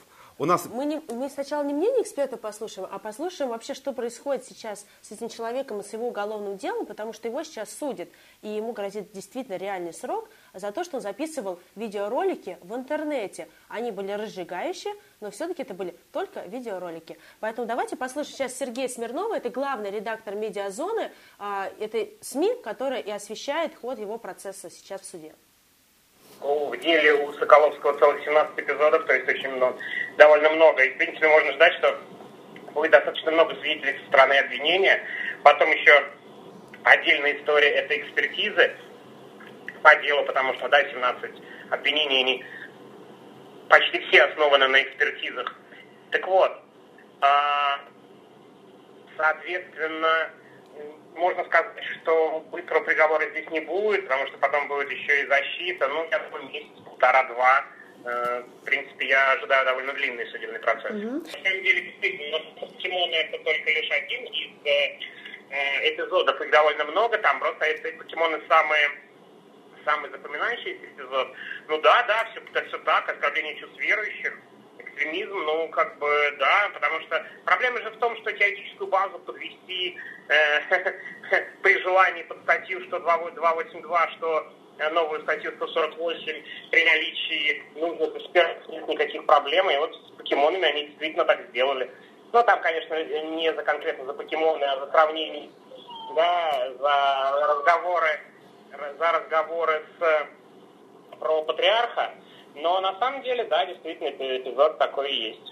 Speaker 2: Мы сначала не мнение эксперта послушаем, а послушаем вообще, что происходит сейчас с этим человеком и с его уголовным делом, потому что его сейчас судят, и ему грозит действительно реальный срок за то, что он записывал видеоролики в интернете. Они были разжигающие, но все-таки это были только видеоролики. Поэтому давайте послушаем сейчас Сергея Смирнова, это главный редактор «Медиазоны», этой СМИ, которая и освещает ход его процесса сейчас в суде.
Speaker 7: в деле у Соколовского целых 17 эпизодов, то есть очень много, довольно много. И, в принципе, можно ждать, что будет достаточно много свидетелей со стороны обвинения. Потом еще отдельная история – это экспертизы по делу, потому что, да, 17 обвинений, они почти все основаны на экспертизах. Так вот, соответственно, можно сказать, что быстрого приговора здесь не будет, потому что потом будет еще и защита. Ну, я думаю, месяц, полтора-два. В принципе, я ожидаю довольно длинный судебный процесс. На самом деле, действительно, покемоны это только лишь один из эпизодов. Их довольно много. Там просто эти покемоны самый запоминающийся эпизод. Ну да, все так. Оскорбление чувств верующих, экстремизм, ну, как бы, да, потому что проблема же в том, что теоретическую базу подвести при желании под статью, что 282, что новую статью 148 при наличии нужных экспертов нет никаких проблем, и вот с покемонами они действительно так сделали. Ну, там, конечно, не конкретно за покемоны, а за сравнение, да, за разговоры про патриарха. Но на самом деле, да, действительно, эпизод такой и есть.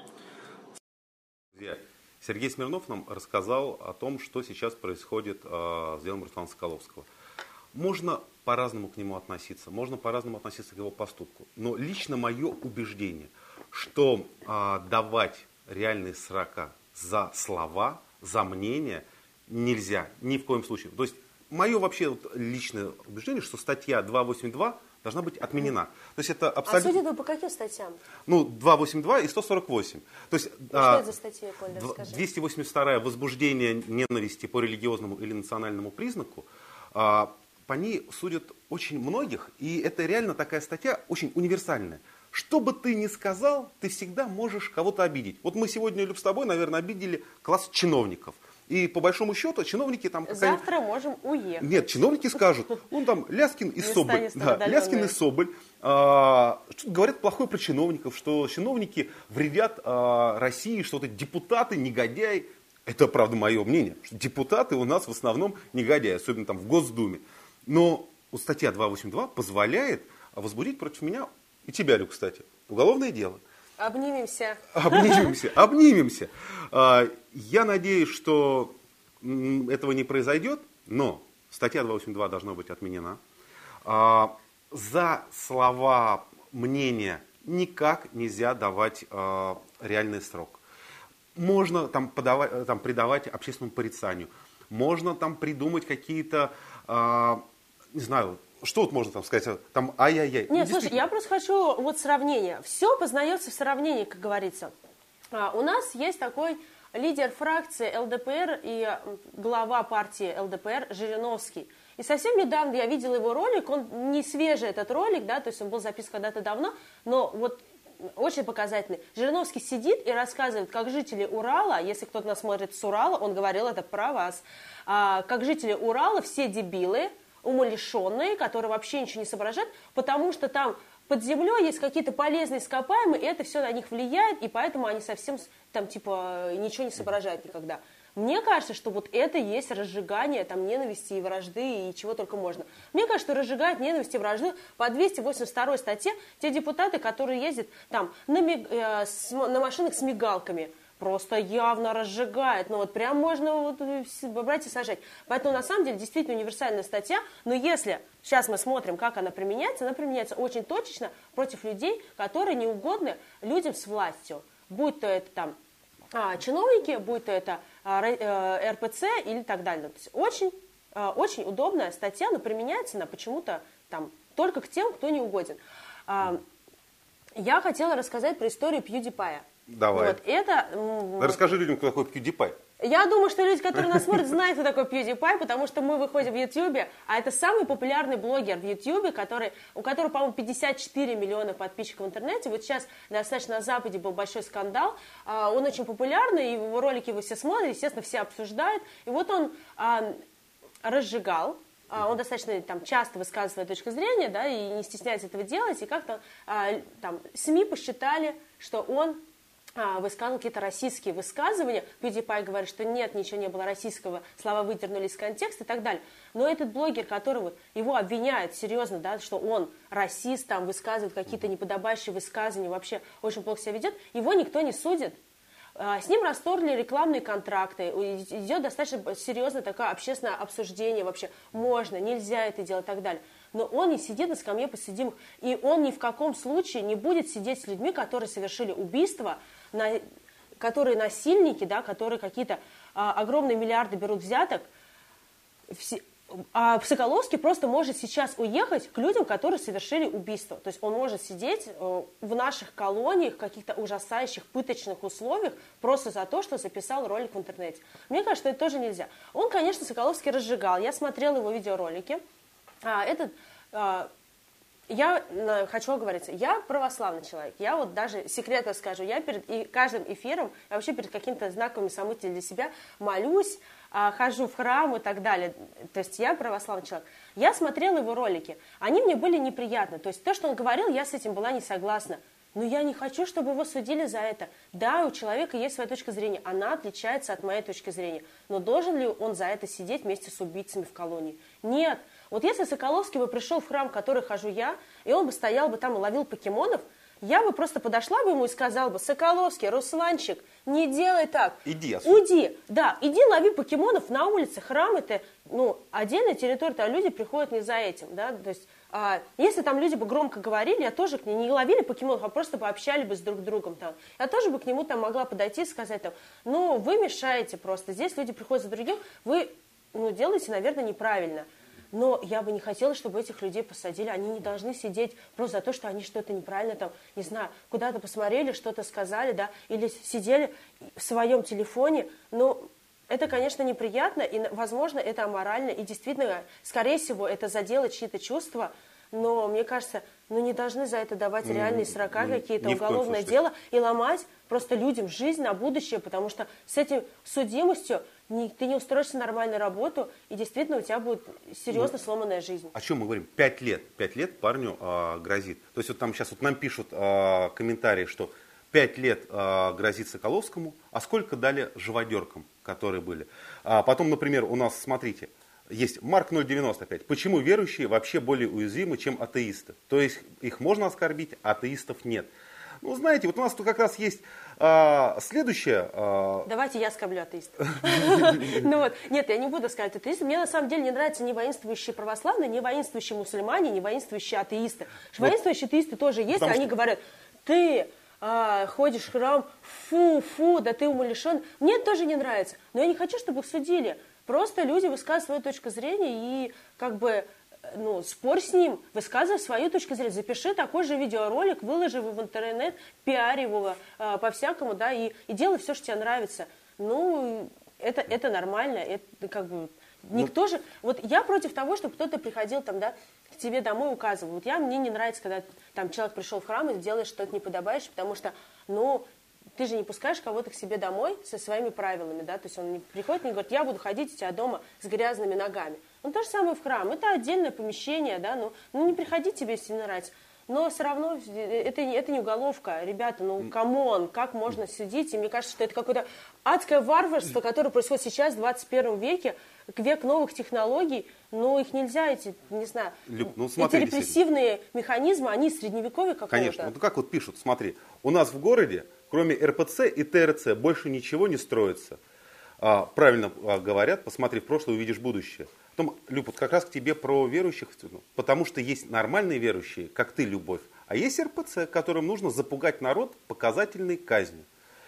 Speaker 1: Сергей Смирнов нам рассказал о том, что сейчас происходит с делом Руслана Соколовского. Можно по-разному к нему относиться, можно по-разному относиться к его поступку. Но лично мое убеждение, что давать реальные срока за слова, за мнение нельзя ни в коем случае. То есть мое вообще личное убеждение, что статья 282 должна быть отменена. То есть это абсолютно...
Speaker 2: А судят вы по каким статьям?
Speaker 1: Ну, 282 и 148. То есть,
Speaker 2: что это за статьи, Коля, расскажи?
Speaker 1: 282 возбуждение ненависти по религиозному или национальному признаку. По ней судят очень многих, и это реально такая статья очень универсальная. Что бы ты ни сказал, ты всегда можешь кого-то обидеть. Вот мы сегодня, Люб, с тобой, наверное, обидели класс чиновников. И по большому счету чиновники там...
Speaker 2: Завтра можем уехать.
Speaker 1: Нет, чиновники скажут, ну там Ляскин и Соболь. Да, Ляскин и Соболь говорят плохое про чиновников, что чиновники вредят России, что это депутаты, негодяи. Это, правда, мое мнение, что депутаты у нас в основном негодяи, особенно там в Госдуме. Но статья 282 позволяет возбудить против меня и тебя, Люк, кстати, уголовное дело.
Speaker 2: Обнимемся.
Speaker 1: Обнимемся. Я надеюсь, что этого не произойдет, но статья 282 должна быть отменена. За слова, мнения никак нельзя давать реальный срок. Можно там придавать общественному порицанию. Можно там придумать какие-то, не знаю, что вот можно там сказать? Там ай-яй-яй.
Speaker 2: Нет, слушай, я просто хочу вот сравнение. Все познается в сравнении, как говорится. У нас есть такой лидер фракции ЛДПР и глава партии ЛДПР Жириновский. И совсем недавно я видела его ролик, он не свежий этот ролик, да, то есть он был записан когда-то давно, но вот очень показательный. Жириновский сидит и рассказывает, как жители Урала, если кто-то нас смотрит с Урала, он говорил это про вас, как жители Урала все дебилы, умалишенные, которые вообще ничего не соображают, потому что там под землей есть какие-то полезные ископаемые, и это все на них влияет, и поэтому они совсем там типа ничего не соображают никогда. Мне кажется, что вот это и есть разжигание там ненависти и вражды, и чего только можно. Мне кажется, что разжигают ненависть и вражду по 282 статье те депутаты, которые ездят там на машинах с мигалками. Просто явно разжигает. Ну вот прям можно вот брать и сажать. Поэтому на самом деле действительно универсальная статья. Но если сейчас мы смотрим, как она применяется очень точечно против людей, которые не угодны людям с властью. Будь то это там чиновники, будь то это РПЦ или так далее. То есть очень удобная статья, но применяется она почему-то там только к тем, кто не угоден. Я хотела рассказать про историю PewDiePie.
Speaker 1: Давай.
Speaker 2: Вот, это...
Speaker 1: Расскажи людям, кто такой PewDiePie.
Speaker 2: Я думаю, что люди, которые нас смотрят, знают, кто такой PewDiePie, потому что мы выходим в Ютьюбе, а это самый популярный блогер в Ютьюбе, у которого, по-моему, 54 миллиона подписчиков в интернете. Вот сейчас достаточно на Западе был большой скандал. Он очень популярный, и его ролики вы все смотрите, естественно, все обсуждают. И вот он разжигал. Он достаточно там, часто высказывает свою точку зрения, да, и не стесняется этого делать. И как-то там СМИ посчитали, что он высказывал какие-то российские высказывания. PewDiePie говорит, что нет, ничего не было российского, слова выдернули из контекста и так далее. Но этот блогер, который вот его обвиняет серьезно, да, что он расист, там, высказывает какие-то неподобающие высказывания, вообще очень плохо себя ведет, его никто не судит. С ним расторгли рекламные контракты, идет достаточно серьезное такое общественное обсуждение, вообще можно, нельзя это делать и так далее. Но он не сидит на скамье подсудимых, и он ни в каком случае не будет сидеть с людьми, которые совершили убийство, которые насильники, да, которые какие-то огромные миллиарды берут взяток. А Соколовский просто может сейчас уехать к людям, которые совершили убийство. То есть он может сидеть в наших колониях, в каких-то ужасающих, пыточных условиях, просто за то, что записал ролик в интернете. Мне кажется, что это тоже нельзя. Он, конечно, Соколовский разжигал. Я смотрела его видеоролики. Я хочу оговориться, я православный человек. Я вот даже секрет расскажу. Я перед каждым эфиром, я вообще перед какими-то знаковыми событиями для себя молюсь, хожу в храм и так далее. То есть я православный человек. Я смотрела его ролики. Они мне были неприятны. То есть то, что он говорил, я с этим была не согласна. Но я не хочу, чтобы его судили за это. Да, у человека есть своя точка зрения. Она отличается от моей точки зрения. Но должен ли он за это сидеть вместе с убийцами в колонии? Нет. Вот если Соколовский бы пришел в храм, в который хожу я, и он бы стоял бы там и ловил покемонов, я бы просто подошла бы ему и сказала бы: Соколовский, Русланчик, не делай так.
Speaker 1: Иди отсюда.
Speaker 2: Уйди. Да, иди лови покемонов на улице. Храм это, отдельная территория, а люди приходят не за этим. Да? То есть, если там люди бы громко говорили, я тоже к ним не ловили покемонов, а просто пообщались бы с друг другом. Там. Я тоже бы к нему там могла подойти и сказать: там, вы мешаете просто. Здесь люди приходят за другим, вы делаете, наверное, неправильно. Но я бы не хотела, чтобы этих людей посадили. Они не должны сидеть просто за то, что они что-то неправильно там, не знаю, куда-то посмотрели, что-то сказали, да, или сидели в своем телефоне. Это, конечно, неприятно, и, возможно, это аморально, и действительно, скорее всего, это задело чьи-то чувства, но, мне кажется, не должны за это давать реальные срока какие-то, уголовное дело, и ломать просто людям жизнь на будущее, потому что с этим судимостью ты не устроишься на нормальную работу, и действительно у тебя будет серьезно сломанная жизнь.
Speaker 1: О чем мы говорим? 5 лет. 5 лет парню грозит. То есть вот там сейчас нам пишут комментарии, что 5 лет грозит Соколовскому, а сколько дали живодеркам, которые были. Потом, например, у нас, смотрите, есть Марк 095. Почему верующие вообще более уязвимы, чем атеисты? То есть их можно оскорбить, а атеистов нет. Знаете, вот у нас тут как раз есть следующее.
Speaker 2: Давайте я оскорблю атеистов. Нет, я не буду оскорблять атеистов. Мне на самом деле не нравятся ни воинствующие православные, ни воинствующие мусульмане, ни воинствующие атеисты. Воинствующие атеисты тоже есть, они говорят: ты ходишь в храм, фу, да ты умалишен. Мне это тоже не нравится. Но я не хочу, чтобы их судили. Просто люди высказывают свою точку зрения и спорь с ним, высказывай свою точку зрения, запиши такой же видеоролик, выложи его в интернет, пиари его по-всякому, да, и делай все, что тебе нравится. Это нормально, это никто же... Вот я против того, чтобы кто-то приходил там, да, к тебе домой указывал. Мне не нравится, когда там человек пришел в храм и делаешь что-то неподобающее, потому что, ты же не пускаешь кого-то к себе домой со своими правилами, да, то есть он не приходит и не говорит: я буду ходить у тебя дома с грязными ногами. То же самое в храм, это отдельное помещение, да, не приходи тебе, если не нравится. Но все равно это не уголовка, ребята, камон, как можно судить? И мне кажется, что это какое-то адское варварство, которое происходит сейчас, в 21 веке, век новых технологий, их нельзя, эти репрессивные механизмы, они средневековье какого-то.
Speaker 1: Конечно, как вот пишут, смотри, у нас в городе, кроме РПЦ и ТРЦ, больше ничего не строится. Правильно говорят, посмотри в прошлое, увидишь будущее. Потом, Люб, как раз к тебе про верующих, потому что есть нормальные верующие, как ты, Любовь, а есть РПЦ, которым нужно запугать народ показательной казнью.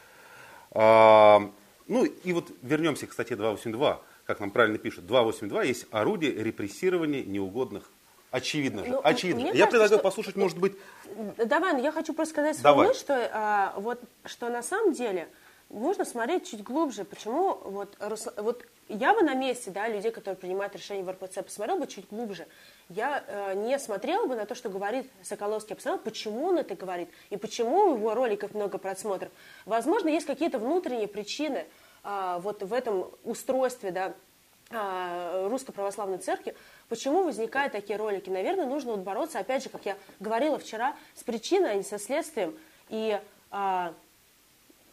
Speaker 1: И вот вернемся к статье 282, как нам правильно пишут. 282 есть орудие репрессирования неугодных. Очевидно же, очевидно. Я предлагаю послушать, может быть...
Speaker 2: Давай, я хочу просто сказать свою мысль, что на самом деле нужно смотреть чуть глубже. Почему я бы на месте, да, людей, которые принимают решения в РПЦ, посмотрел бы чуть глубже. Я не смотрела бы на то, что говорит Соколовский, я посмотрела, почему он это говорит, и почему у его роликов много просмотров. Возможно, есть какие-то внутренние причины в этом устройстве, да, Русской Православной Церкви, почему возникают такие ролики. Наверное, нужно бороться, опять же, как я говорила вчера, с причиной, а не со следствием. И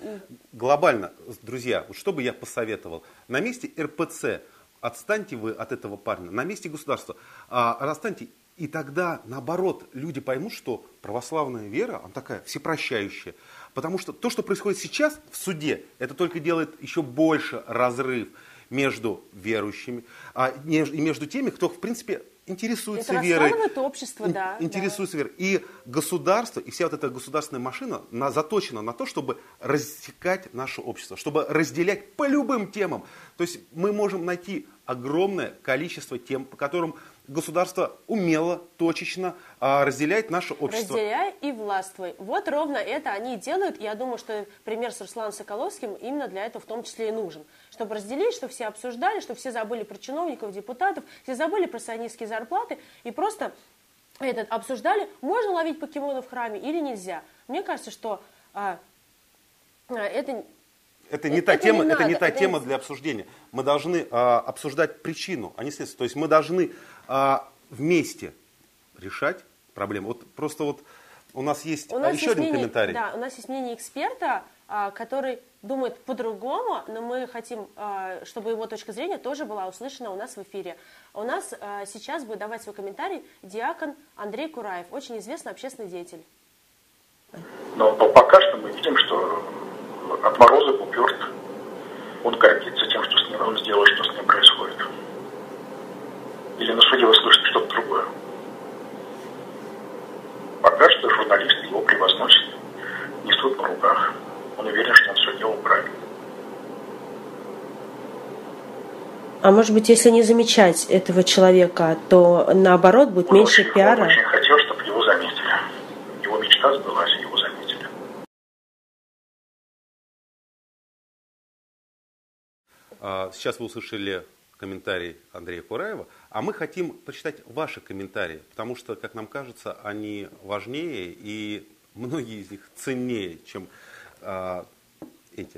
Speaker 1: Глобально, друзья, вот что бы я посоветовал? На месте РПЦ отстаньте вы от этого парня, на месте государства расстаньте. И тогда, наоборот, люди поймут, что православная вера, она такая всепрощающая. Потому что то, что происходит сейчас в суде, это только делает еще больше разрыв между верующими и между теми, кто, в принципе, интересуется верой.
Speaker 2: Это раскалывает общество, да.
Speaker 1: Интересуется верой. И государство, и вся вот эта государственная машина заточена на то, чтобы рассекать наше общество, чтобы разделять по любым темам. То есть мы можем найти огромное количество тем, по которым государство умело, точечно разделяет наше общество.
Speaker 2: Разделяй и властвуй. Вот ровно это они и делают. Я думаю, что пример с Русланом Соколовским именно для этого в том числе и нужен. Чтобы разделить, чтобы все обсуждали, чтобы все забыли про чиновников, депутатов, все забыли про сионистские зарплаты и просто обсуждали, можно ловить покемонов в храме или нельзя. Мне кажется, что
Speaker 1: Это не та тема для обсуждения. Мы должны обсуждать причину, а не следствие. То есть мы должны вместе решать проблему. Вот просто вот у нас есть еще один комментарий.
Speaker 2: Да, у нас есть мнение эксперта, который думает по-другому, но мы хотим, чтобы его точка зрения тоже была услышана у нас в эфире. У нас сейчас будет давать свой комментарий диакон Андрей Кураев, очень известный общественный деятель.
Speaker 8: Но пока что мы видим, что отморозок уперт, он гордится тем, что с ним он сделал, что с ним происходит. Или на суде вы слышите что-то другое. Пока что журналисты его превозносят, несут на руках. Он уверен, что он все делал правильно.
Speaker 2: А может быть, если не замечать этого человека, то наоборот будет меньше пиара?
Speaker 8: Он очень хотел, чтобы его заметили. Его мечта сбылась, его заметили.
Speaker 1: Сейчас вы услышали комментарий Андрея Кураева, а мы хотим прочитать ваши комментарии, потому что, как нам кажется, они важнее и многие из них ценнее, чем эти.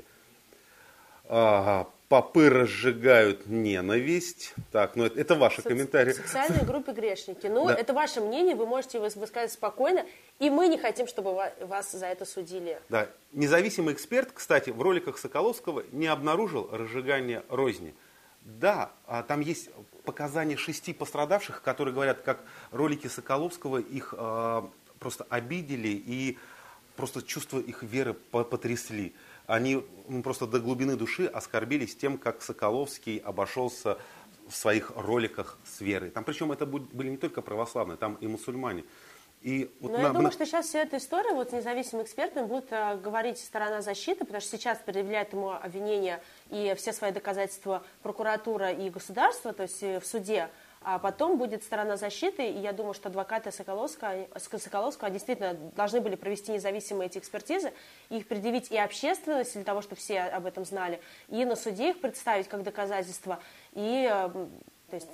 Speaker 1: Попы разжигают ненависть. Так, ну это ваши комментарии.
Speaker 2: В социальной группе грешники. Ну, да. Это ваше мнение, вы можете его высказать спокойно, и мы не хотим, чтобы вас за это судили.
Speaker 1: Да. Независимый эксперт, кстати, в роликах Соколовского не обнаружил разжигание розни. Да, там есть показания 6 пострадавших, которые говорят, как ролики Соколовского их просто обидели и просто чувство их веры потрясли. Они просто до глубины души оскорбились тем, как Соколовский обошелся в своих роликах с верой. Там, причем это были не только православные, там и мусульмане. И вот
Speaker 2: я думаю, что сейчас вся эта история вот с независимым экспертом будет говорить сторона защиты, потому что сейчас предъявляет ему обвинения и все свои доказательства прокуратура и государство, то есть в суде. А потом будет сторона защиты, и я думаю, что адвокаты Соколовского действительно должны были провести независимые эти экспертизы, их предъявить и общественности для того, чтобы все об этом знали, и на суде их представить как доказательства. И, то есть...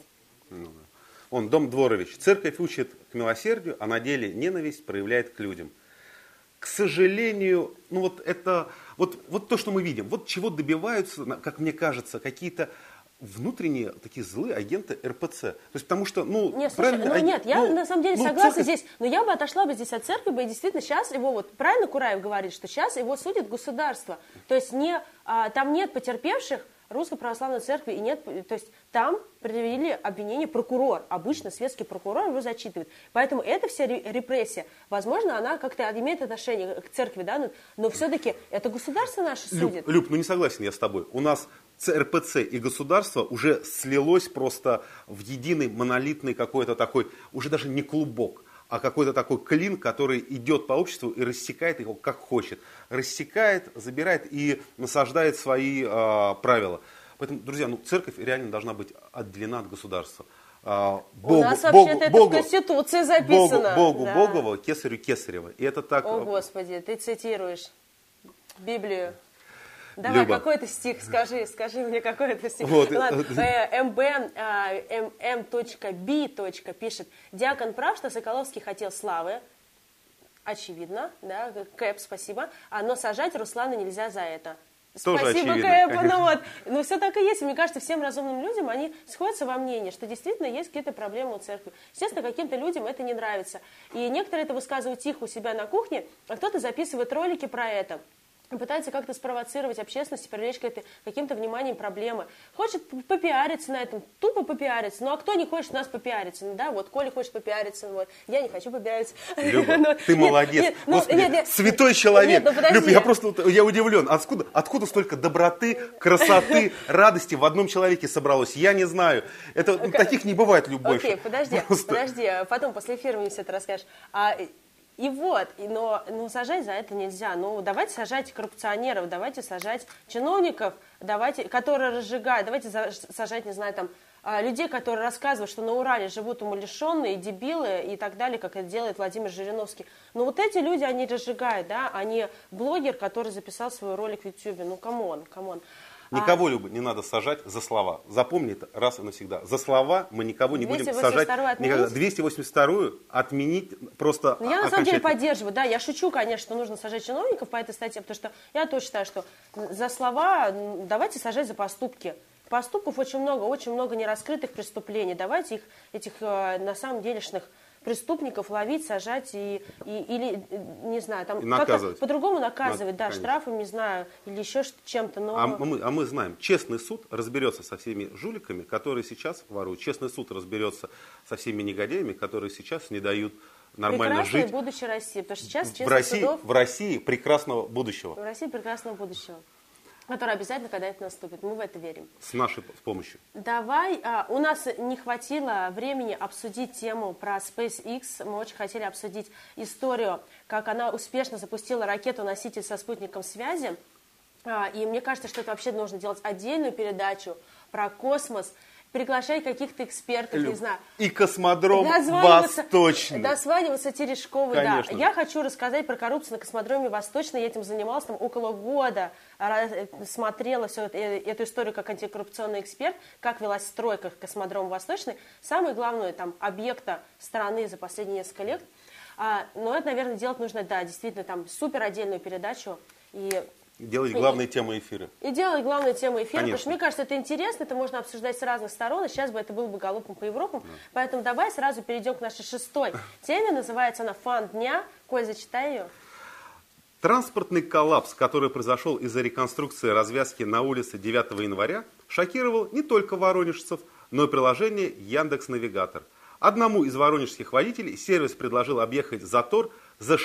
Speaker 1: Дом Дворович. Церковь учит к милосердию, а на деле ненависть проявляет к людям. К сожалению, вот то, что мы видим, вот чего добиваются, как мне кажется, какие-то внутренние такие злые агенты РПЦ. То есть, потому что,
Speaker 2: я на самом деле согласна здесь, но я бы отошла бы здесь от церкви, и действительно сейчас его, правильно Кураев говорит, что сейчас его судит государство. То есть там нет потерпевших Русской Православной Церкви, и нет, то есть там предъявили обвинение прокурор, обычно светский прокурор его зачитывает. Поэтому эта вся репрессия, возможно, она как-то имеет отношение к церкви, да, но все-таки это государство наше судит.
Speaker 1: Люб, не согласен я с тобой. У нас РПЦ и государство уже слилось просто в единый монолитный какой-то такой, уже даже не клубок, а какой-то такой клин, который идет по обществу и рассекает его как хочет. Рассекает, забирает и насаждает свои правила. Поэтому, друзья, церковь реально должна быть отделена от государства.
Speaker 2: У нас вообще-то это в Конституции записано.
Speaker 1: Богу Богово, кесарю Кесарева. И это так...
Speaker 2: О, Господи, ты цитируешь Библию. Давай,
Speaker 1: Люба.
Speaker 2: какой-то стих, скажи мне какой-то стих.
Speaker 1: Вот.
Speaker 2: Ладно, m.b. пишет: диакон прав, что Соколовский хотел славы. Очевидно, да, Кэп, спасибо. Но сажать Руслана нельзя за это.
Speaker 1: Тоже
Speaker 2: спасибо,
Speaker 1: очевидно.
Speaker 2: Кэп. Все так и есть. И мне кажется, всем разумным людям они сходятся во мнении, что действительно есть какие-то проблемы у церкви. Естественно, каким-то людям это не нравится. И некоторые это высказывают тихо у себя на кухне, а кто-то записывает ролики про это. пытается как-то спровоцировать общественность и привлечь к каким-то вниманием проблемы. Хочет попиариться на этом, тупо попиариться. Ну а кто не хочет у нас попиариться? Ну, да, вот Коля хочет попиариться, вот. Я не хочу попиариться.
Speaker 1: Люба, ты молодец. Святой человек. Люба, я удивлен. Откуда столько доброты, красоты, радости в одном человеке собралось? Я не знаю. Таких не бывает, Люб, больше.
Speaker 2: Окей, подожди. Потом после эфира мне все это расскажешь. Но сажать за это нельзя. Ну, давайте сажать коррупционеров, давайте сажать чиновников, которые разжигают, давайте сажать, не знаю, там, людей, которые рассказывают, что на Урале живут умалишенные, дебилы и так далее, как это делает Владимир Жириновский. Но вот эти люди, они разжигают, да, а не блогер, который записал свой ролик в Ютьюбе. Ну, камон.
Speaker 1: Никого, Люба, не надо сажать за слова. Запомни это раз и навсегда. За слова мы никого не будем сажать никогда. 282-ю отменить просто
Speaker 2: я на самом деле поддерживаю. Да, я шучу, конечно, что нужно сажать чиновников по этой статье, потому что я тоже считаю, что за слова давайте сажать за поступки. Поступков очень много нераскрытых преступлений. Давайте этих на самом делешных преступников ловить, сажать или, не знаю, там как-то по-другому наказывать, да, штрафом, не знаю, или еще чем-то. Но...
Speaker 1: А мы знаем, честный суд разберется со всеми жуликами, которые сейчас воруют. Честный суд разберется со всеми негодяями, которые сейчас не дают нормально жить.
Speaker 2: Прекрасное будущее России, потому что сейчас честных судов...
Speaker 1: В России прекрасного будущего.
Speaker 2: В России прекрасного будущего. Который обязательно когда-нибудь наступит. Мы в это верим.
Speaker 1: С нашей помощью.
Speaker 2: У нас не хватило времени обсудить тему про SpaceX. Мы очень хотели обсудить историю, как она успешно запустила ракету-носитель со спутником связи. И мне кажется, что это вообще нужно делать отдельную передачу про космос. Приглашать каких-то экспертов, не знаю.
Speaker 1: И космодром Восточный.
Speaker 2: Дозваниваться Терешковой, да. Я хочу рассказать про коррупцию на космодроме Восточный. Я этим занималась там около года. Смотрела всю эту историю как антикоррупционный эксперт, как велась стройка космодрома Восточный. Самый главный там объекта страны за последние несколько лет. Но это, наверное, делать нужно, да, действительно, там супер отдельную передачу.
Speaker 1: Делать главные темы эфира.
Speaker 2: И делать главные темы эфира, потому что, мне кажется, это интересно, это можно обсуждать с разных сторон, и сейчас бы это было бы галопом по Европам. Да. Поэтому давай сразу перейдем к нашей 6-й теме, называется она «Фан дня». Коль, зачитай ее.
Speaker 1: Транспортный коллапс, который произошел из-за реконструкции развязки на улице 9 января, шокировал не только воронежцев, но и приложение Яндекс.Навигатор. Одному из воронежских водителей сервис предложил объехать затор за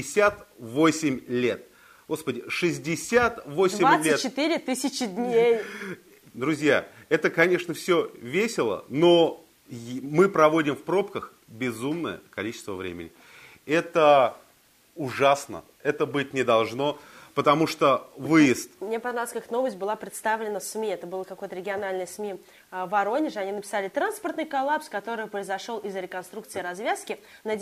Speaker 1: 68 лет. Господи, 68 лет.
Speaker 2: 24 тысячи дней.
Speaker 1: Друзья, это, конечно, все весело, но мы проводим в пробках безумное количество времени. Это ужасно, это быть не должно, потому что выезд...
Speaker 2: Мне понравилось, как новость была представлена в СМИ. Это было какое-то региональное СМИ в Воронеже. Они написали: транспортный коллапс, который произошел из-за реконструкции развязки на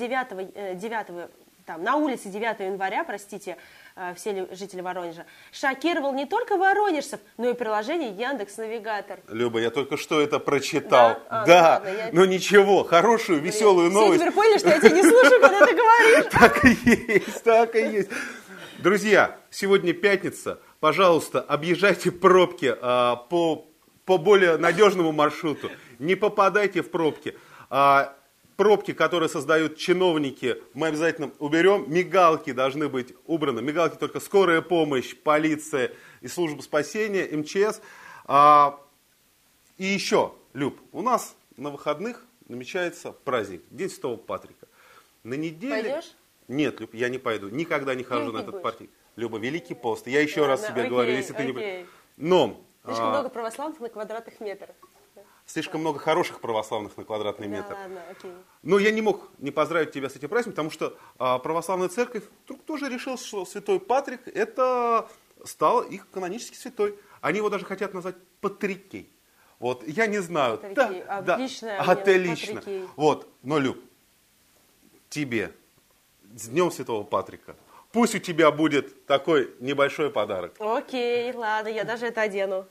Speaker 2: улице 9 января, все жители Воронежа, шокировал не только воронежцев, но и приложение Яндекс.Навигатор.
Speaker 1: Люба, я только что это прочитал. Да, но ничего, хорошую, веселую новость.
Speaker 2: Все теперь поняли, что я тебя не слушаю, когда ты говоришь.
Speaker 1: Так и есть. Друзья, сегодня пятница. Пожалуйста, объезжайте пробки по более надежному маршруту. Не попадайте в пробки. Пробки, которые создают чиновники, мы обязательно уберем. Мигалки должны быть убраны. Мигалки только скорая помощь, полиция и служба спасения, МЧС. И еще, Люб, у нас на выходных намечается праздник, День Святого Патрика. На неделе...
Speaker 2: Пойдешь?
Speaker 1: Нет, Люб, я не пойду. Никогда не хожу на этот праздник. Люба, Великий пост. Я еще раз тебе говорю, если ты не... Но...
Speaker 2: Слишком много православных на квадратных метрах.
Speaker 1: Слишком много хороших православных на квадратный метр.
Speaker 2: Ладно, окей.
Speaker 1: Но я не мог не поздравить тебя с этим праздником, потому что православная церковь вдруг тоже решила, что Святой Патрик это стал их канонический святой. Они его даже хотят назвать Патрикей. Вот, я не знаю. Отлично. Вот, но, Люб, тебе с Днем Святого Патрика. Пусть у тебя будет такой небольшой подарок.
Speaker 2: Окей, ладно, я даже это одену.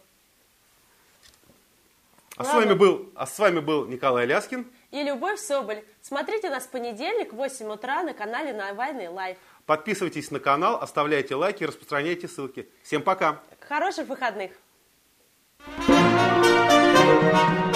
Speaker 1: А с вами был Николай Ляскин
Speaker 2: и Любовь Соболь. Смотрите нас в понедельник в 8 утра на канале Навальный Лайв.
Speaker 1: Подписывайтесь на канал, оставляйте лайки, распространяйте ссылки. Всем пока.
Speaker 2: Хороших выходных.